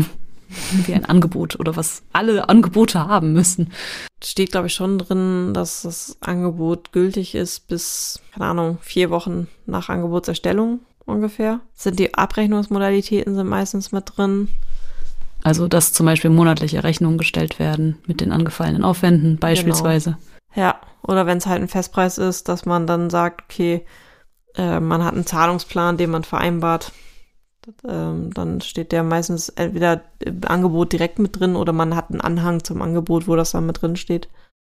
wie ein Angebot oder was alle Angebote haben müssen. Steht, glaube ich, schon drin, dass das Angebot gültig ist bis, keine Ahnung, vier Wochen nach Angebotserstellung ungefähr. Sind die Abrechnungsmodalitäten sind meistens mit drin. Also, dass zum Beispiel monatliche Rechnungen gestellt werden mit den angefallenen Aufwänden beispielsweise. Genau. Ja, oder wenn es halt ein Festpreis ist, dass man dann sagt, okay, äh, man hat einen Zahlungsplan, den man vereinbart. Ähm, dann steht der meistens entweder im Angebot direkt mit drin oder man hat einen Anhang zum Angebot, wo das dann mit drin steht.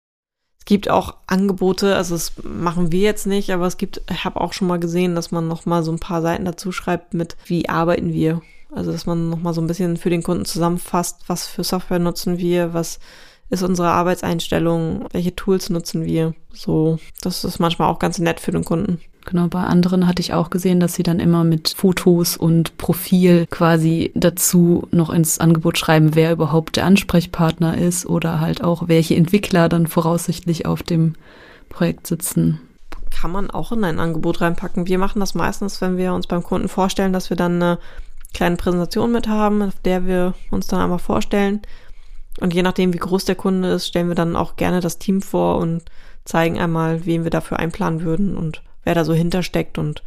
Es gibt auch Angebote, also das machen wir jetzt nicht, aber es gibt, ich habe auch schon mal gesehen, dass man noch mal so ein paar Seiten dazu schreibt mit, wie arbeiten wir. Also dass man noch mal so ein bisschen für den Kunden zusammenfasst, was für Software nutzen wir, was ist unsere Arbeitseinstellung, welche Tools nutzen wir. So, das ist manchmal auch ganz nett für den Kunden. Genau, bei anderen hatte ich auch gesehen, dass sie dann immer mit Fotos und Profil quasi dazu noch ins Angebot schreiben, wer überhaupt der Ansprechpartner ist oder halt auch, welche Entwickler dann voraussichtlich auf dem Projekt sitzen. Kann man auch in ein Angebot reinpacken. Wir machen das meistens, wenn wir uns beim Kunden vorstellen, dass wir dann eine kleine Präsentation mit haben, auf der wir uns dann einmal vorstellen. Und je nachdem, wie groß der Kunde ist, stellen wir dann auch gerne das Team vor und zeigen einmal, wen wir dafür einplanen würden und wer da so hintersteckt. Und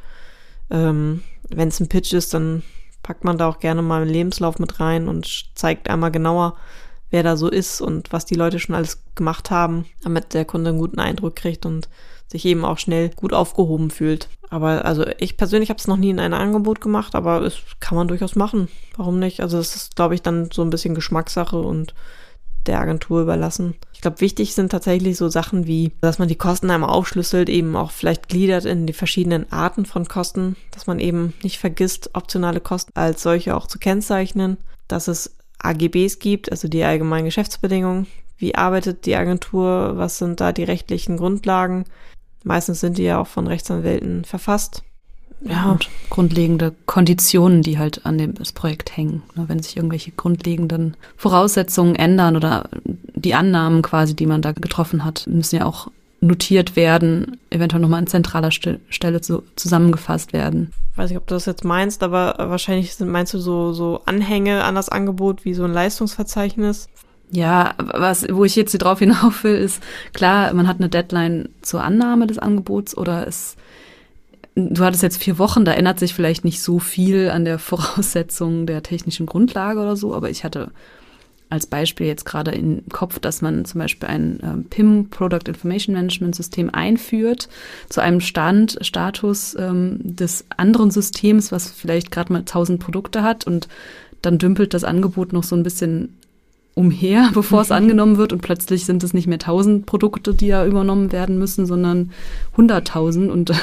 ähm, wenn es ein Pitch ist, dann packt man da auch gerne mal einen Lebenslauf mit rein und zeigt einmal genauer, wer da so ist und was die Leute schon alles gemacht haben, damit der Kunde einen guten Eindruck kriegt und sich eben auch schnell gut aufgehoben fühlt. Aber also ich persönlich habe es noch nie in einem Angebot gemacht, aber es kann man durchaus machen. Warum nicht? Also es ist, glaube ich, dann so ein bisschen Geschmackssache und der Agentur überlassen. Ich glaube, wichtig sind tatsächlich so Sachen wie, dass man die Kosten einmal aufschlüsselt, eben auch vielleicht gliedert in die verschiedenen Arten von Kosten, dass man eben nicht vergisst, optionale Kosten als solche auch zu kennzeichnen, dass es A G Bs gibt, also die allgemeinen Geschäftsbedingungen. Wie arbeitet die Agentur? Was sind da die rechtlichen Grundlagen? Meistens sind die ja auch von Rechtsanwälten verfasst. Ja, und grundlegende Konditionen, die halt an dem das Projekt hängen. Wenn sich irgendwelche grundlegenden Voraussetzungen ändern oder die Annahmen quasi, die man da getroffen hat, müssen ja auch notiert werden, eventuell nochmal an zentraler Stelle so zusammengefasst werden. Ich weiß nicht, ob du das jetzt meinst, aber wahrscheinlich sind, meinst du so, so Anhänge an das Angebot wie so ein Leistungsverzeichnis? Ja, was, wo ich jetzt drauf hinauf will, ist, klar, man hat eine Deadline zur Annahme des Angebots oder es, du hattest jetzt vier Wochen, da ändert sich vielleicht nicht so viel an der Voraussetzung der technischen Grundlage oder so, aber ich hatte als Beispiel jetzt gerade im Kopf, dass man zum Beispiel ein äh, P I M, Product Information Management System, einführt zu einem Stand, Status ähm, des anderen Systems, was vielleicht gerade mal tausend Produkte hat und dann dümpelt das Angebot noch so ein bisschen umher, bevor mhm. es angenommen wird und plötzlich sind es nicht mehr tausend Produkte, die ja übernommen werden müssen, sondern hunderttausend und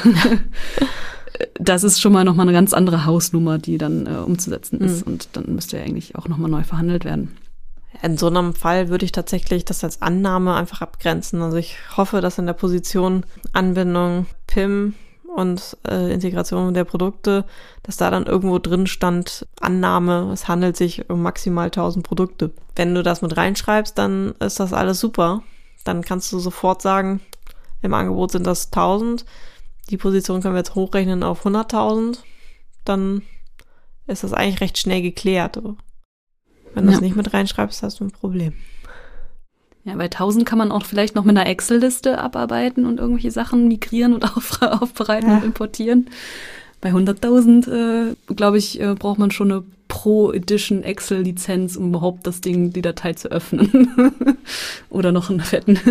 das ist schon mal nochmal eine ganz andere Hausnummer, die dann äh, umzusetzen ist mhm. und dann müsste ja eigentlich auch nochmal neu verhandelt werden. In so einem Fall würde ich tatsächlich das als Annahme einfach abgrenzen. Also ich hoffe, dass in der Position Anbindung P I M und äh, Integration der Produkte, dass da dann irgendwo drin stand, Annahme, es handelt sich um maximal tausend Produkte. Wenn du das mit reinschreibst, dann ist das alles super. Dann kannst du sofort sagen, im Angebot sind das tausend, die Position können wir jetzt hochrechnen auf hunderttausend, dann ist das eigentlich recht schnell geklärt. Wenn du es ja. nicht mit reinschreibst, hast du ein Problem. Ja, bei tausend kann man auch vielleicht noch mit einer Excel-Liste abarbeiten und irgendwelche Sachen migrieren und auf, aufbereiten ja. und importieren. Bei hunderttausend, äh, glaube ich, äh, braucht man schon eine Pro-Edition Excel-Lizenz, um überhaupt das Ding, die Datei zu öffnen. Oder noch einen fetten.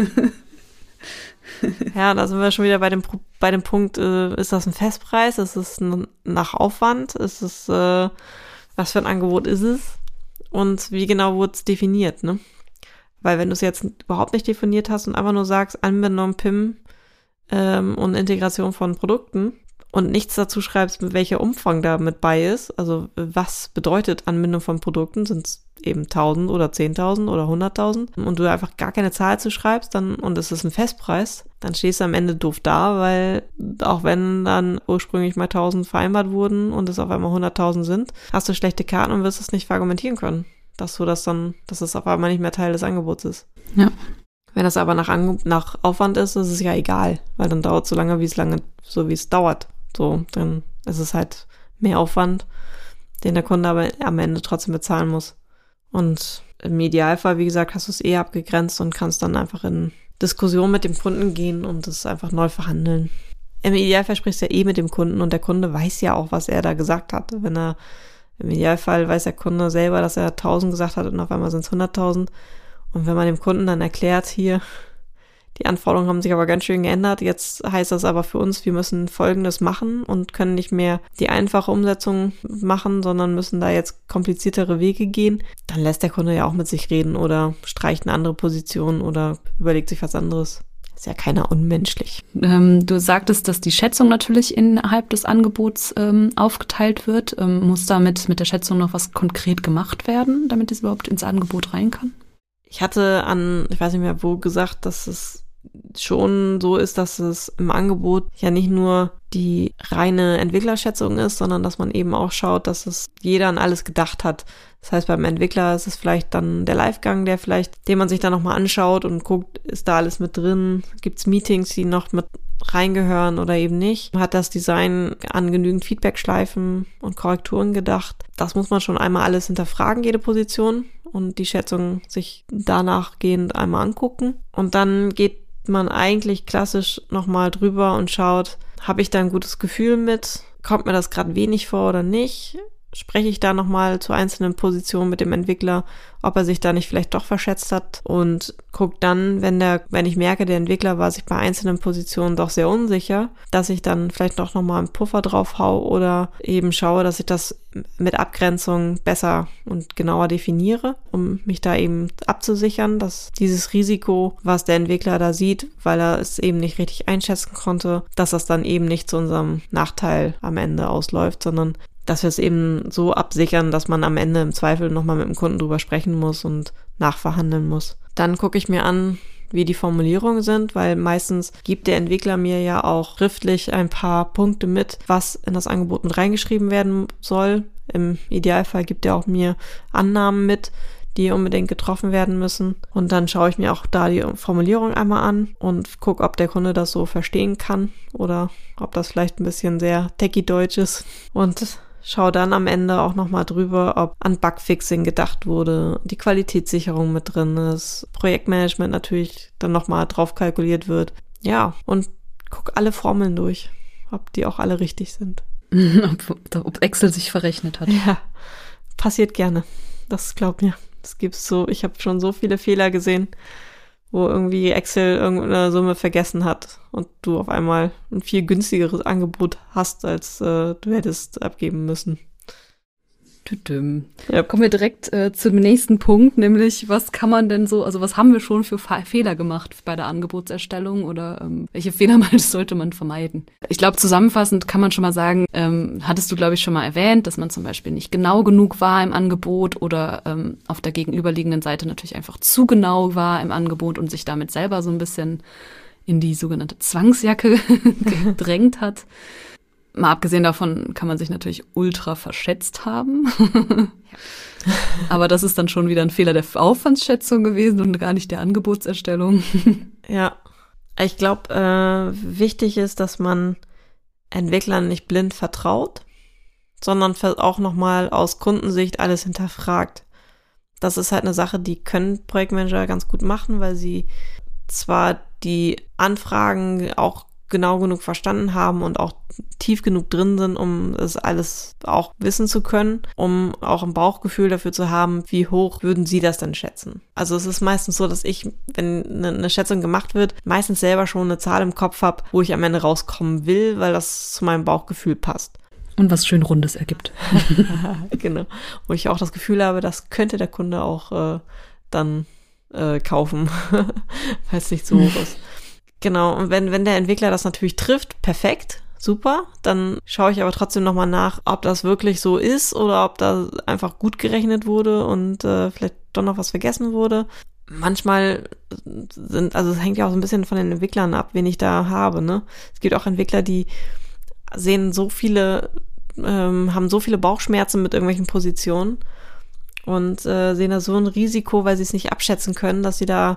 Ja, da sind wir schon wieder bei dem, bei dem Punkt, äh, ist das ein Festpreis? Ist es ein nach Aufwand? Ist es, äh, was für ein Angebot ist es? Und wie genau wurde es definiert, ne? Weil wenn du es jetzt überhaupt nicht definiert hast und einfach nur sagst, Anbindung P I M ähm, und Integration von Produkten, und nichts dazu schreibst, mit welcher Umfang da mit bei ist, also was bedeutet Anbindung von Produkten, sind es eben tausend oder zehntausend oder hunderttausend und du einfach gar keine Zahl zu schreibst dann und es ist ein Festpreis, dann stehst du am Ende doof da, weil auch wenn dann ursprünglich mal tausend vereinbart wurden und es auf einmal hunderttausend sind, hast du schlechte Karten und wirst es nicht verargumentieren können, dass du das dann, dass es auf einmal nicht mehr Teil des Angebots ist. Ja. Wenn das aber nach, Ange- nach Aufwand ist, ist es ja egal, weil dann dauert es so lange, wie es lange, so wie es dauert. So, dann ist es halt mehr Aufwand, den der Kunde aber am Ende trotzdem bezahlen muss. Und im Idealfall, wie gesagt, hast du es eh abgegrenzt und kannst dann einfach in Diskussion mit dem Kunden gehen und es einfach neu verhandeln. Im Idealfall sprichst du ja eh mit dem Kunden und der Kunde weiß ja auch, was er da gesagt hat. Wenn er, im Idealfall weiß der Kunde selber, dass er tausend gesagt hat und auf einmal sind es hunderttausend. Und wenn man dem Kunden dann erklärt, hier, die Anforderungen haben sich aber ganz schön geändert, jetzt heißt das aber für uns, wir müssen Folgendes machen und können nicht mehr die einfache Umsetzung machen, sondern müssen da jetzt kompliziertere Wege gehen, dann lässt der Kunde ja auch mit sich reden oder streicht eine andere Position oder überlegt sich was anderes. Ist ja keiner unmenschlich. Ähm, du sagtest, dass die Schätzung natürlich innerhalb des Angebots ähm, aufgeteilt wird. Ähm, muss damit mit der Schätzung noch was konkret gemacht werden, damit es überhaupt ins Angebot rein kann? Ich hatte an, ich weiß nicht mehr wo, gesagt, dass es schon so ist, dass es im Angebot ja nicht nur die reine Entwicklerschätzung ist, sondern dass man eben auch schaut, dass es jeder an alles gedacht hat. Das heißt, beim Entwickler ist es vielleicht dann der Livegang, der vielleicht, den man sich dann nochmal anschaut und guckt, ist da alles mit drin? Gibt es Meetings, die noch mit reingehören oder eben nicht? Hat das Design an genügend Feedbackschleifen und Korrekturen gedacht? Das muss man schon einmal alles hinterfragen, jede Position, und die Schätzung sich danach gehend einmal angucken. Und dann geht man eigentlich klassisch nochmal drüber und schaut, habe ich da ein gutes Gefühl mit? Kommt mir das gerade wenig vor oder nicht? Spreche ich da nochmal zu einzelnen Positionen mit dem Entwickler, ob er sich da nicht vielleicht doch verschätzt hat, und gucke dann, wenn der, wenn ich merke, der Entwickler war sich bei einzelnen Positionen doch sehr unsicher, dass ich dann vielleicht doch nochmal einen Puffer drauf hau oder eben schaue, dass ich das mit Abgrenzung besser und genauer definiere, um mich da eben abzusichern, dass dieses Risiko, was der Entwickler da sieht, weil er es eben nicht richtig einschätzen konnte, dass das dann eben nicht zu unserem Nachteil am Ende ausläuft, sondern dass wir es eben so absichern, dass man am Ende im Zweifel nochmal mit dem Kunden drüber sprechen muss und nachverhandeln muss. Dann gucke ich mir an, wie die Formulierungen sind, weil meistens gibt der Entwickler mir ja auch schriftlich ein paar Punkte mit, was in das Angebot mit reingeschrieben werden soll. Im Idealfall gibt er auch mir Annahmen mit, die unbedingt getroffen werden müssen. Und dann schaue ich mir auch da die Formulierung einmal an und gucke, ob der Kunde das so verstehen kann oder ob das vielleicht ein bisschen sehr techie-deutsch ist. Und schau dann am Ende auch nochmal drüber, ob an Bugfixing gedacht wurde, die Qualitätssicherung mit drin ist, Projektmanagement natürlich dann nochmal drauf kalkuliert wird. Ja, und guck alle Formeln durch, ob die auch alle richtig sind. ob, ob Excel sich verrechnet hat. Ja, passiert gerne. Das glaubt mir. Es gibt so, ich habe schon so viele Fehler gesehen, wo irgendwie Excel irgendeine Summe vergessen hat und du auf einmal ein viel günstigeres Angebot hast, als äh, du hättest abgeben müssen. Ja. Kommen wir direkt äh, zum nächsten Punkt, nämlich was kann man denn so, also was haben wir schon für Fa- Fehler gemacht bei der Angebotserstellung oder ähm, welche Fehler sollte man vermeiden? Ich glaube, zusammenfassend kann man schon mal sagen, ähm, hattest du, glaube ich, schon mal erwähnt, dass man zum Beispiel nicht genau genug war im Angebot oder ähm, auf der gegenüberliegenden Seite natürlich einfach zu genau war im Angebot und sich damit selber so ein bisschen in die sogenannte Zwangsjacke gedrängt hat. Mal abgesehen davon kann man sich natürlich ultra verschätzt haben. Ja. Aber das ist dann schon wieder ein Fehler der Aufwandsschätzung gewesen und gar nicht der Angebotserstellung. Ja, ich glaube, äh, wichtig ist, dass man Entwicklern nicht blind vertraut, sondern auch nochmal aus Kundensicht alles hinterfragt. Das ist halt eine Sache, die können Projektmanager ganz gut machen, weil sie zwar die Anfragen auch genau genug verstanden haben und auch tief genug drin sind, um es alles auch wissen zu können, um auch ein Bauchgefühl dafür zu haben, wie hoch würden sie das denn schätzen. Also es ist meistens so, dass ich, wenn eine Schätzung gemacht wird, meistens selber schon eine Zahl im Kopf habe, wo ich am Ende rauskommen will, weil das zu meinem Bauchgefühl passt. Und was schön Rundes ergibt. Genau. Wo ich auch das Gefühl habe, das könnte der Kunde auch äh, dann äh, kaufen, weil es nicht so hoch ist. Genau, und wenn wenn der Entwickler das natürlich trifft, perfekt, super. Dann schaue ich aber trotzdem nochmal nach, ob das wirklich so ist oder ob da einfach gut gerechnet wurde und äh, vielleicht doch noch was vergessen wurde. Manchmal sind, also es hängt ja auch so ein bisschen von den Entwicklern ab, wen ich da habe, ne? Es gibt auch Entwickler, die sehen so viele, ähm, haben so viele Bauchschmerzen mit irgendwelchen Positionen und äh, sehen da so ein Risiko, weil sie es nicht abschätzen können, dass sie da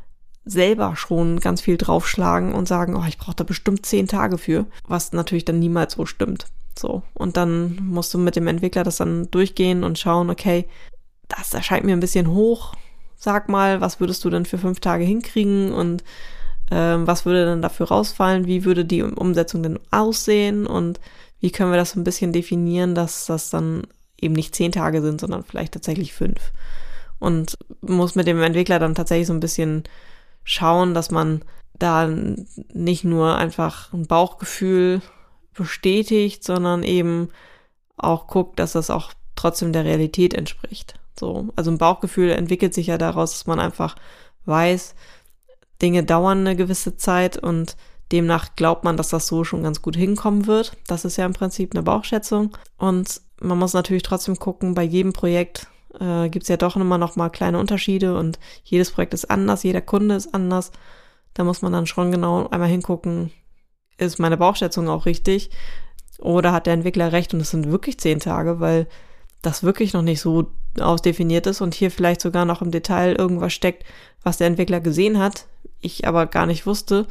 selber schon ganz viel draufschlagen und sagen, oh, ich brauche da bestimmt zehn Tage für, was natürlich dann niemals so stimmt. So, und dann musst du mit dem Entwickler das dann durchgehen und schauen, okay, das erscheint mir ein bisschen hoch, sag mal, was würdest du denn für fünf Tage hinkriegen und ähm, was würde denn dafür rausfallen, wie würde die Umsetzung denn aussehen und wie können wir das so ein bisschen definieren, dass das dann eben nicht zehn Tage sind, sondern vielleicht tatsächlich fünf. Und muss mit dem Entwickler dann tatsächlich so ein bisschen schauen, dass man da nicht nur einfach ein Bauchgefühl bestätigt, sondern eben auch guckt, dass das auch trotzdem der Realität entspricht. So, also ein Bauchgefühl entwickelt sich ja daraus, dass man einfach weiß, Dinge dauern eine gewisse Zeit und demnach glaubt man, dass das so schon ganz gut hinkommen wird. Das ist ja im Prinzip eine Bauchschätzung. Und man muss natürlich trotzdem gucken, bei jedem Projekt äh, gibt es ja doch immer noch mal kleine Unterschiede und jedes Projekt ist anders, jeder Kunde ist anders. Da muss man dann schon genau einmal hingucken, ist meine Bauchschätzung auch richtig oder hat der Entwickler recht und es sind wirklich zehn Tage, weil das wirklich noch nicht so ausdefiniert ist und hier vielleicht sogar noch im Detail irgendwas steckt, was der Entwickler gesehen hat, ich aber gar nicht wusste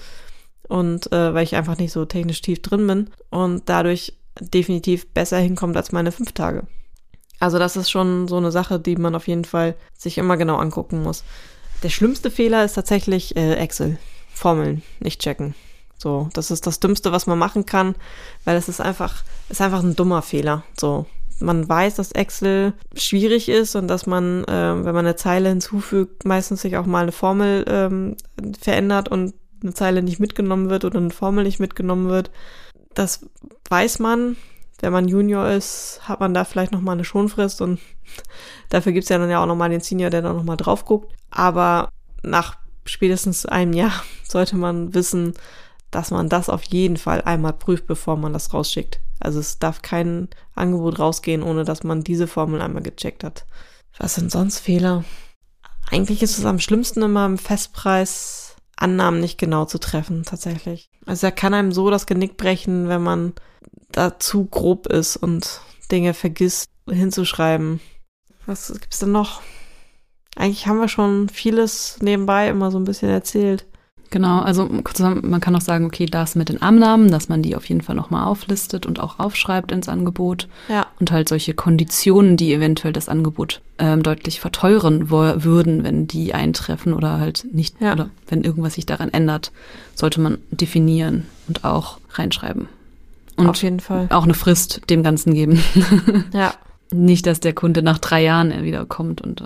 und äh, weil ich einfach nicht so technisch tief drin bin und dadurch definitiv besser hinkommt als meine fünf Tage. Also das ist schon so eine Sache, die man auf jeden Fall sich immer genau angucken muss. Der schlimmste Fehler ist tatsächlich äh, Excel. Formeln nicht checken. So, das ist das Dümmste, was man machen kann, weil es ist einfach, ist einfach ein dummer Fehler. So, man weiß, dass Excel schwierig ist und dass man, äh, wenn man eine Zeile hinzufügt, meistens sich auch mal eine Formel ähm, verändert und eine Zeile nicht mitgenommen wird oder eine Formel nicht mitgenommen wird. Das weiß man. Wenn man Junior ist, hat man da vielleicht nochmal eine Schonfrist und dafür gibt's ja dann ja auch nochmal den Senior, der da nochmal drauf guckt. Aber nach spätestens einem Jahr sollte man wissen, dass man das auf jeden Fall einmal prüft, bevor man das rausschickt. Also es darf kein Angebot rausgehen, ohne dass man diese Formel einmal gecheckt hat. Was sind sonst Fehler? Eigentlich ist es am schlimmsten immer im Festpreis Annahmen nicht genau zu treffen, tatsächlich. Also er kann einem so das Genick brechen, wenn man da zu grob ist und Dinge vergisst hinzuschreiben. Was gibt's denn noch? Eigentlich haben wir schon vieles nebenbei immer so ein bisschen erzählt. Genau, also man kann auch sagen, okay, das mit den Annahmen, dass man die auf jeden Fall nochmal auflistet und auch aufschreibt ins Angebot. Ja. Und halt solche Konditionen, die eventuell das Angebot ähm, deutlich verteuern wo- würden, wenn die eintreffen oder halt nicht, Ja. oder wenn irgendwas sich daran ändert, sollte man definieren und auch reinschreiben. Und Auf jeden Fall. auch eine Frist dem Ganzen geben. Ja. Nicht, dass der Kunde nach drei Jahren wieder kommt und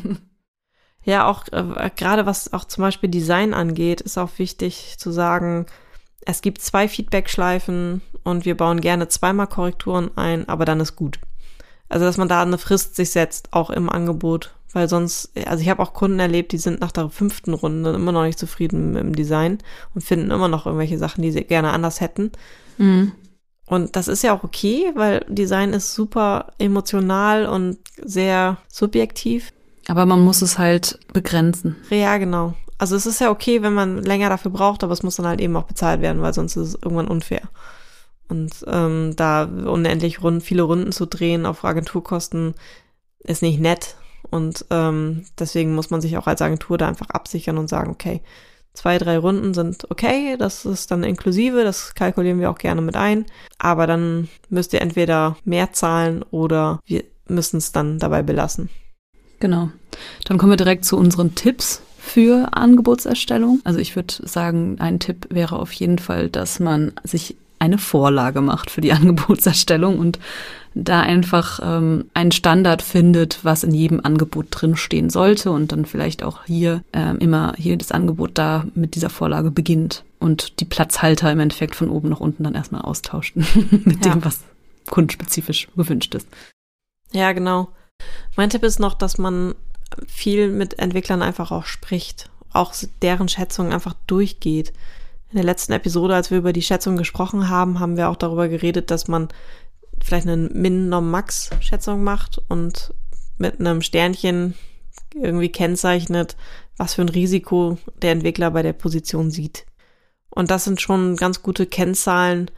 Ja, auch äh, gerade was auch zum Beispiel Design angeht, ist auch wichtig zu sagen, es gibt zwei Feedback-Schleifen und wir bauen gerne zweimal Korrekturen ein, aber dann ist gut. Also, dass man da eine Frist sich setzt, auch im Angebot, weil sonst, also ich habe auch Kunden erlebt, die sind nach der fünften Runde immer noch nicht zufrieden mit dem Design und finden immer noch irgendwelche Sachen, die sie gerne anders hätten. mhm. Und das ist ja auch okay, weil Design ist super emotional und sehr subjektiv. Aber man muss es halt begrenzen. Ja, genau. Also es ist ja okay, wenn man länger dafür braucht, aber es muss dann halt eben auch bezahlt werden, weil sonst ist es irgendwann unfair. Und ähm, da unendlich rund, viele Runden zu drehen auf Agenturkosten ist nicht nett. Und ähm, deswegen muss man sich auch als Agentur da einfach absichern und sagen, okay, zwei, drei Runden sind okay, das ist dann inklusive, das kalkulieren wir auch gerne mit ein. Aber dann müsst ihr entweder mehr zahlen oder wir müssen es dann dabei belassen. Genau. Dann kommen wir direkt zu unseren Tipps für Angebotserstellung. Also ich würde sagen, ein Tipp wäre auf jeden Fall, dass man sich eine Vorlage macht für die Angebotserstellung und da einfach ähm, einen Standard findet, was in jedem Angebot drinstehen sollte und dann vielleicht auch hier ähm, immer jedes Angebot da mit dieser Vorlage beginnt und die Platzhalter im Endeffekt von oben nach unten dann erstmal austauscht mit Ja. dem, was kundenspezifisch gewünscht ist. Ja, genau. Mein Tipp ist noch, dass man viel mit Entwicklern einfach auch spricht, auch deren Schätzungen einfach durchgeht. In der letzten Episode, als wir über die Schätzung gesprochen haben, haben wir auch darüber geredet, dass man vielleicht eine Min-Nom-Max-Schätzung macht und mit einem Sternchen irgendwie kennzeichnet, was für ein Risiko der Entwickler bei der Position sieht. Und das sind schon ganz gute Kennzahlen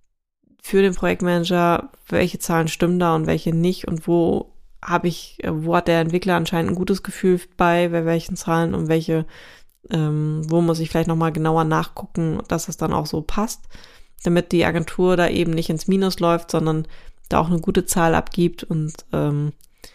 für den Projektmanager, welche Zahlen stimmen da und welche nicht und wo habe ich, wo hat der Entwickler anscheinend ein gutes Gefühl bei, bei welchen Zahlen und welche, ähm, wo muss ich vielleicht nochmal genauer nachgucken, dass es dann auch so passt, damit die Agentur da eben nicht ins Minus läuft, sondern da auch eine gute Zahl abgibt und ähm,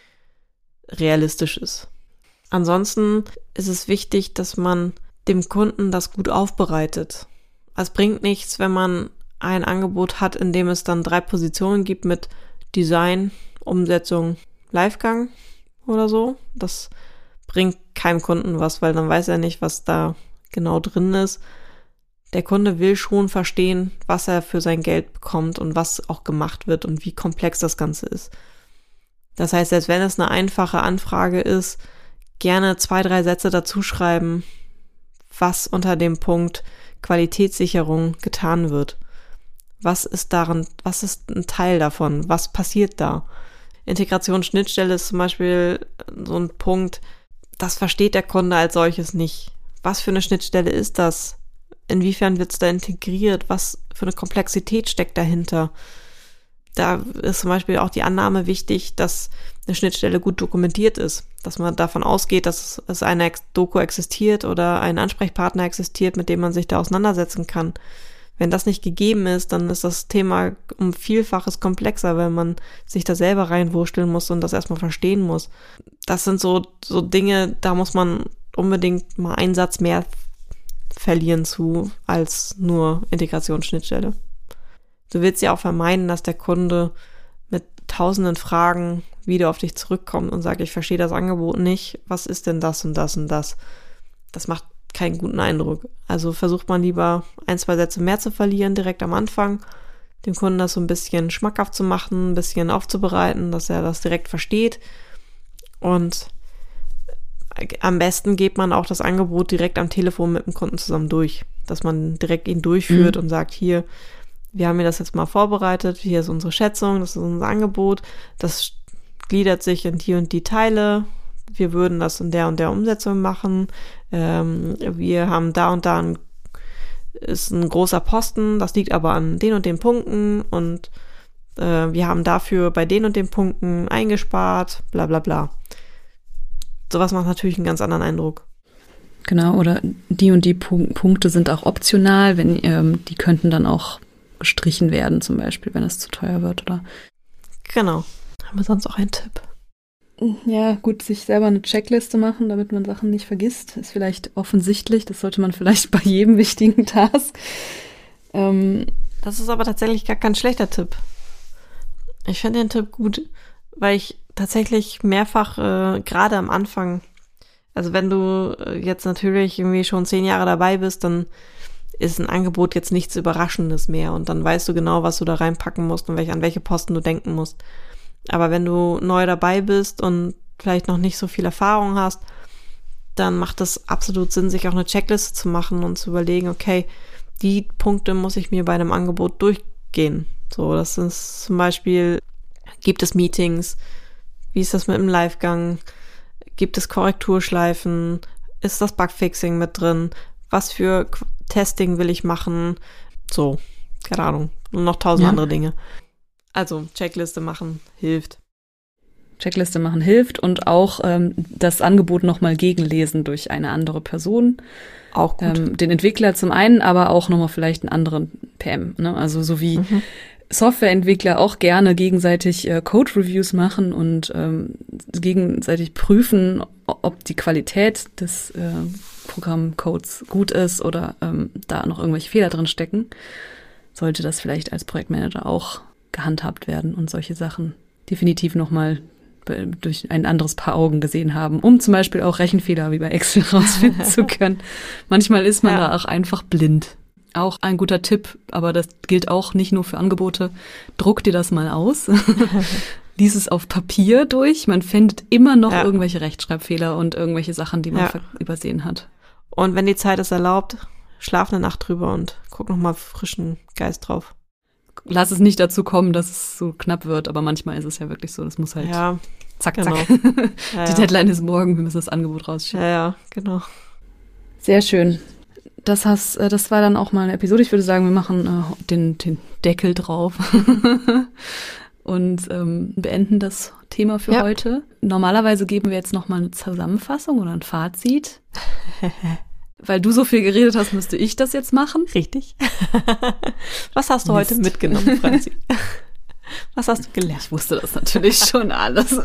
realistisch ist. Ansonsten ist es wichtig, dass man dem Kunden das gut aufbereitet. Es bringt nichts, wenn man ein Angebot hat, in dem es dann drei Positionen gibt mit Design, Umsetzung, Livegang oder so. Das bringt keinem Kunden was, weil dann weiß er nicht, was da genau drin ist. Der Kunde will schon verstehen, was er für sein Geld bekommt und was auch gemacht wird und wie komplex das Ganze ist. Das heißt, selbst wenn es eine einfache Anfrage ist, gerne zwei, drei Sätze dazu schreiben, was unter dem Punkt Qualitätssicherung getan wird. Was ist darin, was ist ein Teil davon? Was passiert da? Integration Schnittstelle ist zum Beispiel so ein Punkt, das versteht der Kunde als solches nicht. Was für eine Schnittstelle ist das? Inwiefern wird es da integriert? Was für eine Komplexität steckt dahinter? Da ist zum Beispiel auch die Annahme wichtig, dass eine Schnittstelle gut dokumentiert ist, dass man davon ausgeht, dass es eine Doku existiert oder ein Ansprechpartner existiert, mit dem man sich da auseinandersetzen kann. Wenn das nicht gegeben ist, dann ist das Thema um Vielfaches komplexer, weil man sich da selber reinwurschteln muss und das erstmal verstehen muss. Das sind so, so Dinge, da muss man unbedingt mal einen Satz mehr verlieren zu, als nur Integrationsschnittstelle. Du willst ja auch vermeiden, dass der Kunde mit tausenden Fragen wieder auf dich zurückkommt und sagt, ich verstehe das Angebot nicht, was ist denn das und das und das? Das macht keinen guten Eindruck. Also versucht man lieber ein, zwei Sätze mehr zu verlieren direkt am Anfang, dem Kunden das so ein bisschen schmackhaft zu machen, ein bisschen aufzubereiten, dass er das direkt versteht. Und am besten geht man auch das Angebot direkt am Telefon mit dem Kunden zusammen durch, dass man direkt ihn durchführt mhm. und sagt, hier, wir haben mir das jetzt mal vorbereitet, hier ist unsere Schätzung, das ist unser Angebot, das gliedert sich in die und die Teile, wir würden das in der und der Umsetzung machen, ähm, wir haben da und da ein, ist ein großer Posten, das liegt aber an den und den Punkten und äh, wir haben dafür bei den und den Punkten eingespart, bla bla bla. Sowas macht natürlich einen ganz anderen Eindruck. Genau, oder die und die Punk- Punkte sind auch optional, wenn ähm, die könnten dann auch gestrichen werden, zum Beispiel, wenn es zu teuer wird, oder? Genau. Haben wir sonst auch einen Tipp? Ja, gut, sich selber eine Checkliste machen, damit man Sachen nicht vergisst, ist vielleicht offensichtlich. Das sollte man vielleicht bei jedem wichtigen Task. Ähm, das ist aber tatsächlich gar kein schlechter Tipp. Ich finde den Tipp gut, weil ich tatsächlich mehrfach, äh, gerade am Anfang, also wenn du jetzt natürlich irgendwie schon zehn Jahre dabei bist, dann ist ein Angebot jetzt nichts Überraschendes mehr und dann weißt du genau, was du da reinpacken musst und welch, an welche Posten du denken musst. Aber wenn du neu dabei bist und vielleicht noch nicht so viel Erfahrung hast, dann macht es absolut Sinn, sich auch eine Checkliste zu machen und zu überlegen, okay, die Punkte muss ich mir bei einem Angebot durchgehen. So, das ist zum Beispiel, gibt es Meetings? Wie ist das mit dem Livegang? Gibt es Korrekturschleifen? Ist das Bugfixing mit drin? Was für Testing will ich machen? So, keine Ahnung. Und noch tausend ja. andere Dinge. Also, Checkliste machen hilft. Checkliste machen hilft und auch ähm, das Angebot nochmal gegenlesen durch eine andere Person. Auch gut. Ähm, den Entwickler zum einen, aber auch nochmal vielleicht einen anderen P M. Ne? Also so wie mhm. Softwareentwickler auch gerne gegenseitig äh, Code-Reviews machen und ähm, gegenseitig prüfen, ob die Qualität des äh, Programmcodes gut ist oder ähm, da noch irgendwelche Fehler drin stecken, sollte das vielleicht als Projektmanager auch gehandhabt werden und solche Sachen definitiv nochmal durch ein anderes Paar Augen gesehen haben, um zum Beispiel auch Rechenfehler wie bei Excel rausfinden zu können. Manchmal ist man ja. da auch einfach blind. Auch ein guter Tipp, aber das gilt auch nicht nur für Angebote. Druck dir das mal aus. Lies es auf Papier durch. Man findet immer noch ja. irgendwelche Rechtschreibfehler und irgendwelche Sachen, die man ja. übersehen hat. Und wenn die Zeit es erlaubt, schlaf eine Nacht drüber und guck nochmal frischen Geist drauf. Lass es nicht dazu kommen, dass es so knapp wird, aber manchmal ist es ja wirklich so, das muss halt Ja, zack, genau. zack. Ja, Die ja. Deadline ist morgen, wir müssen das Angebot rausschicken. Ja, ja, genau. Sehr schön. Das, hast, äh, das war dann auch mal eine Episode. Ich würde sagen, wir machen äh, den, den Deckel drauf und ähm, beenden das Thema für Ja. heute. Normalerweise geben wir jetzt noch mal eine Zusammenfassung oder ein Fazit. Weil du so viel geredet hast, müsste ich das jetzt machen. Richtig. Was hast du Mist. heute mitgenommen, Franzi? Was hast du gelernt? Ich wusste das natürlich schon alles.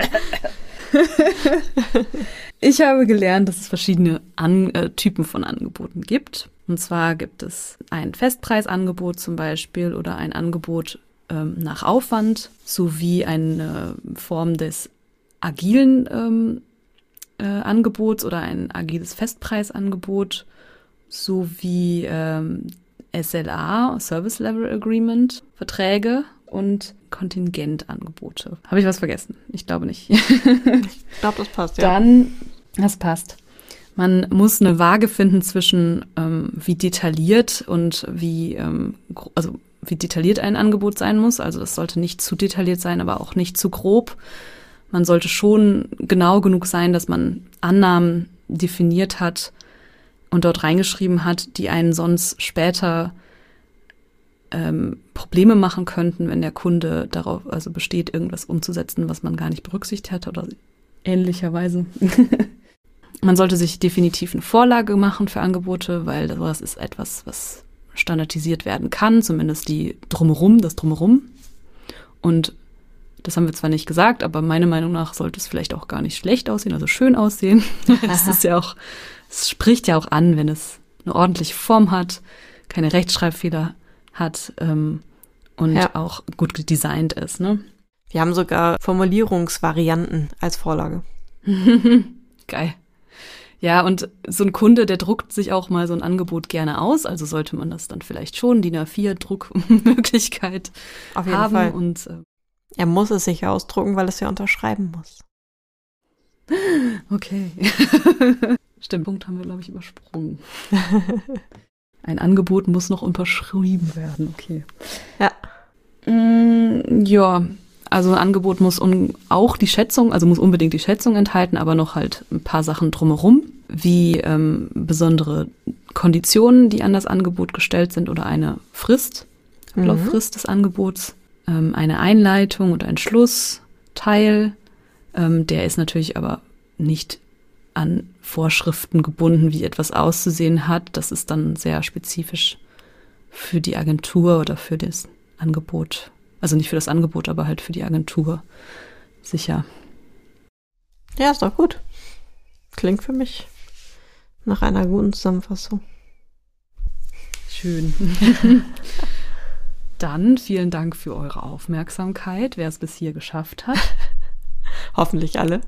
Ich habe gelernt, dass es verschiedene An- äh, Typen von Angeboten gibt. Und zwar gibt es ein Festpreisangebot zum Beispiel oder ein Angebot ähm, nach Aufwand sowie eine Form des agilen ähm, äh, Angebots oder ein agiles Festpreisangebot sowie ähm, S L A, Service Level Agreement, Verträge und Kontingentangebote. Habe ich was vergessen? Ich glaube nicht. Ich glaube, das passt, ja. Dann, das passt. Man muss eine Waage finden zwischen ähm, wie detailliert und wie, ähm, gro- also wie detailliert ein Angebot sein muss. Also das sollte nicht zu detailliert sein, aber auch nicht zu grob. Man sollte schon genau genug sein, dass man Annahmen definiert hat und dort reingeschrieben hat, die einen sonst später ähm, Probleme machen könnten, wenn der Kunde darauf also besteht, irgendwas umzusetzen, was man gar nicht berücksichtigt hat oder ähnlicherweise. Man sollte sich definitiv eine Vorlage machen für Angebote, weil das ist etwas, was standardisiert werden kann, zumindest die Drumherum, das Drumherum. Und das haben wir zwar nicht gesagt, aber meiner Meinung nach sollte es vielleicht auch gar nicht schlecht aussehen, also schön aussehen. Das ist ja auch, es spricht ja auch an, wenn es eine ordentliche Form hat, keine Rechtschreibfehler hat ähm, und Ja. auch gut designt ist, ne? Wir haben sogar Formulierungsvarianten als Vorlage. Geil. Ja, und so ein Kunde, der druckt sich auch mal so ein Angebot gerne aus, also sollte man das dann vielleicht schon, D I N A vier Druckmöglichkeit Auf jeden haben Fall. und äh, Er muss es sich ausdrucken, weil es ja unterschreiben muss. okay. Stimmt, Punkt haben wir, glaube ich, übersprungen. Ein Angebot muss noch unterschrieben werden, okay. Ja. Mm, ja, also ein Angebot muss un- auch die Schätzung, also muss unbedingt die Schätzung enthalten, aber noch halt ein paar Sachen drumherum, wie ähm, besondere Konditionen, die an das Angebot gestellt sind oder eine Frist, Ablauffrist des Angebots, ähm, eine Einleitung oder ein Schlussteil. Ähm, der ist natürlich aber nicht an Vorschriften gebunden, wie etwas auszusehen hat. Das ist dann sehr spezifisch für die Agentur oder für das Angebot. Also nicht für das Angebot, aber halt für die Agentur. Sicher. Ja, ist doch gut. Klingt für mich nach einer guten Zusammenfassung. Schön. Dann vielen Dank für eure Aufmerksamkeit, wer es bis hier geschafft hat. Hoffentlich alle.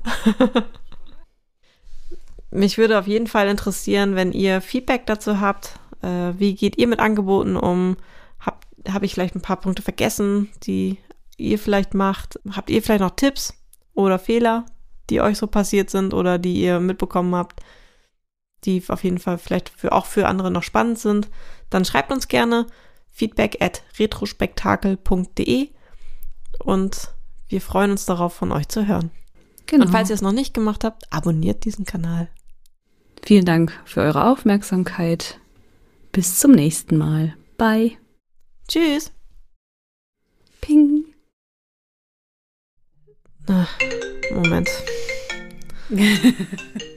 Mich würde auf jeden Fall interessieren, wenn ihr Feedback dazu habt. Äh, wie geht ihr mit Angeboten um? Habt, habe ich vielleicht ein paar Punkte vergessen, die ihr vielleicht macht? Habt ihr vielleicht noch Tipps oder Fehler, die euch so passiert sind oder die ihr mitbekommen habt, die auf jeden Fall vielleicht für, auch für andere noch spannend sind? Dann schreibt uns gerne feedback at retrospektakel punkt de und wir freuen uns darauf, von euch zu hören. Genau. Und falls ihr es noch nicht gemacht habt, abonniert diesen Kanal. Vielen Dank für eure Aufmerksamkeit. Bis zum nächsten Mal. Bye. Tschüss. Ping. Ah, Moment.